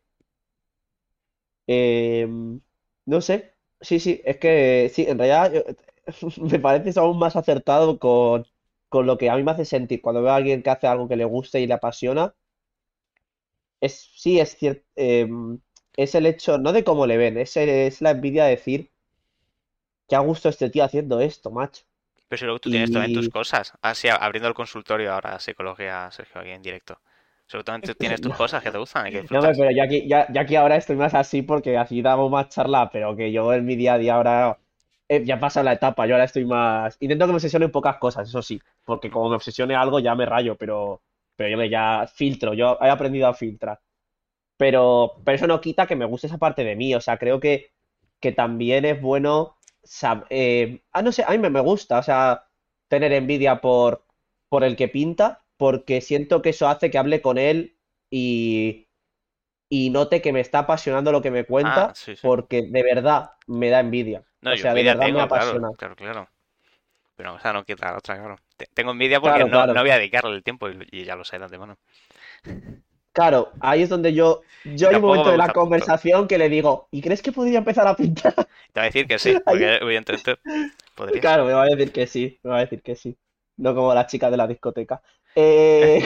eh, no sé, sí, sí, es que, sí, en realidad yo- me parece aún más acertado con, con lo que a mí me hace sentir cuando veo a alguien que hace algo que le gusta y le apasiona. Es, sí, es cierto, es el hecho, no de cómo le ven, es, es la envidia de decir, qué a gusto este tío haciendo esto, macho. Pero si luego tú tienes también tus Y cosas. Así, abriendo el consultorio ahora, psicología, Sergio, aquí en directo. Seguramente tú tienes tus no, cosas que te gustan y que no, hombre, disfrutas. pero yo aquí, ya, ya aquí ahora estoy más así porque así damos más charla, pero que yo en mi día a día ahora eh, ya pasa la etapa, yo ahora estoy más. Intento que me obsesione en pocas cosas, eso sí, porque como me obsesione algo ya me rayo, pero, pero yo me ya filtro, yo he aprendido a filtrar. Pero, pero eso no quita que me guste esa parte de mí, o sea, creo que, que también es bueno. sab- eh, ah, no sé, a mí me, me gusta, o sea, tener envidia por, por el que pinta, porque siento que eso hace que hable con él y, y note que me está apasionando lo que me Ah, cuenta, sí, sí. porque de verdad me da envidia. No, O yo sea, de envidia verdad me tengo, claro, apasiona. claro, claro. Pero, o sea, no quita la otra, claro. Te- Tengo envidia porque Claro, no, no claro. voy a dedicarle el tiempo y, y ya lo sé de antemano. Claro, ahí es donde yo, Y yo hay un tampoco momento me de la gusta tanto. conversación que le digo, ¿y crees que podría empezar a pintar? Te voy a decir que sí, Ahí porque evidentemente podrías. claro, me va a decir que sí, me va a decir que sí. No como las chicas de la discoteca. Eh,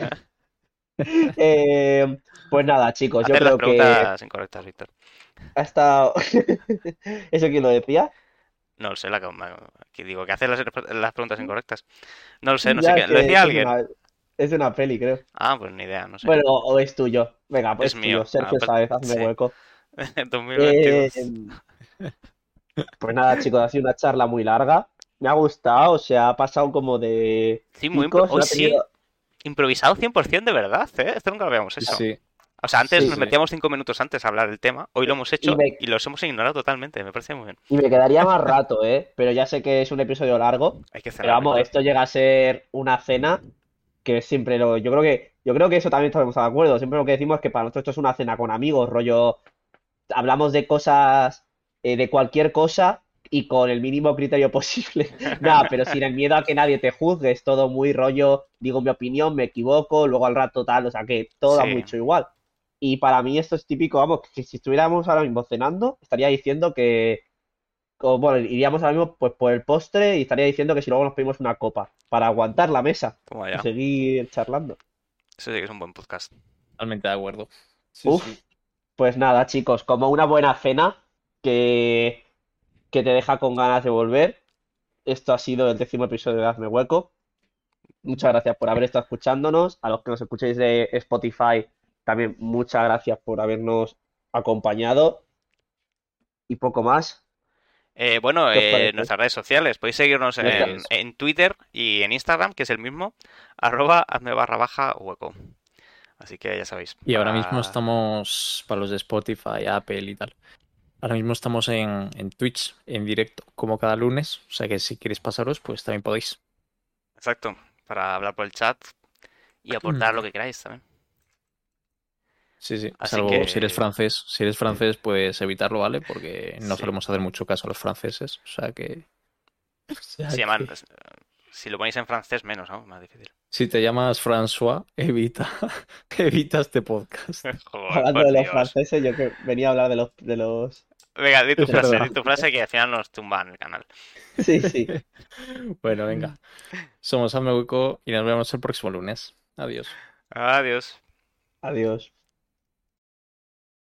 eh, pues nada, chicos, yo Hacer las creo que preguntas incorrectas, Víctor. ha estado. ¿Eso quién lo decía? No lo sé, la que, que digo, que hacer las, las preguntas incorrectas. No lo sé, no sé Ya es qué. ¿Lo que, decía que es alguien? una, es de una peli, creo. Ah, pues ni idea, no sé. Bueno, o, o es tuyo. Venga, Es pues es tuyo. mío. Ah, Sergio pues Sáez, hazme sí. hueco. Eh, dos mil veintidós. pues nada, chicos, ha sido una charla muy larga. Me ha gustado, o sea, ha pasado como de Sí, muy impro- picos, no Hoy ha sí, tenido. improvisado cien por ciento de verdad, ¿eh? Esto nunca lo habíamos Sí, hecho. sí, O sea, antes sí, Sí. nos sí. metíamos cinco minutos antes a hablar del tema. Hoy lo hemos Y hecho me, y los hemos ignorado totalmente. Me parece muy bien. Y me quedaría más rato, ¿eh? Pero ya sé que es un episodio largo. Hay que Pero cenar, vamos, Víctor. esto llega a ser una cena que es siempre lo. Yo creo que Yo creo que eso también estamos de acuerdo. Siempre lo que decimos es que para nosotros esto es una cena con amigos, rollo, hablamos de cosas, eh, de cualquier cosa y con el mínimo criterio posible. Nada, pero sin el miedo a que nadie te juzgue, es todo muy rollo, digo mi opinión, me equivoco, luego al rato tal, o sea que todo da Sí, mucho igual. Y para mí esto es típico, vamos, que si estuviéramos ahora mismo cenando, estaría diciendo que, o, bueno, iríamos ahora mismo pues por el postre y estaría diciendo que si luego nos pedimos una copa para aguantar la mesa toma y ya. seguir charlando. Eso sí que es un buen podcast. Totalmente de acuerdo. Sí, sí. Uf, pues nada, chicos, como una buena cena que, que te deja con ganas de volver. Esto ha sido el décimo episodio de Hazme Hueco. Muchas gracias por haber estado escuchándonos. A los que nos escuchéis de Spotify, también muchas gracias por habernos acompañado. Y poco más. Eh, bueno, ¿Qué os eh, parece? nuestras redes sociales, podéis seguirnos Eso en, es. en Twitter y en Instagram, que es el mismo, arroba hazme barra baja hueco. Así que ya sabéis, Y ahora mismo para... estamos, para los de Spotify, Apple y tal. Ahora mismo estamos en, en Twitch, en directo, como cada lunes. O sea que si queréis pasaros, pues también podéis. Exacto, para hablar por el chat y aportar lo que queráis también. Sí, sí. Así Salvo si eres que, francés. Si eres francés, puedes evitarlo, ¿vale? Porque no sí, solemos hacer mucho caso a los franceses. O sea que. O sea si, llaman- que. si lo ponéis en francés, menos, ¿no? Más difícil. Si te llamas François, evita, evita este podcast. Joder, Hablando por de los Dios. franceses, yo que venía a hablar de los, de los, Venga, di tu Es de los frase, di verdad. tu frase franceses. que al final nos tumban el canal. Sí, sí. Bueno, venga. Somos Hueco y nos vemos el próximo lunes. Adiós. Adiós. Adiós.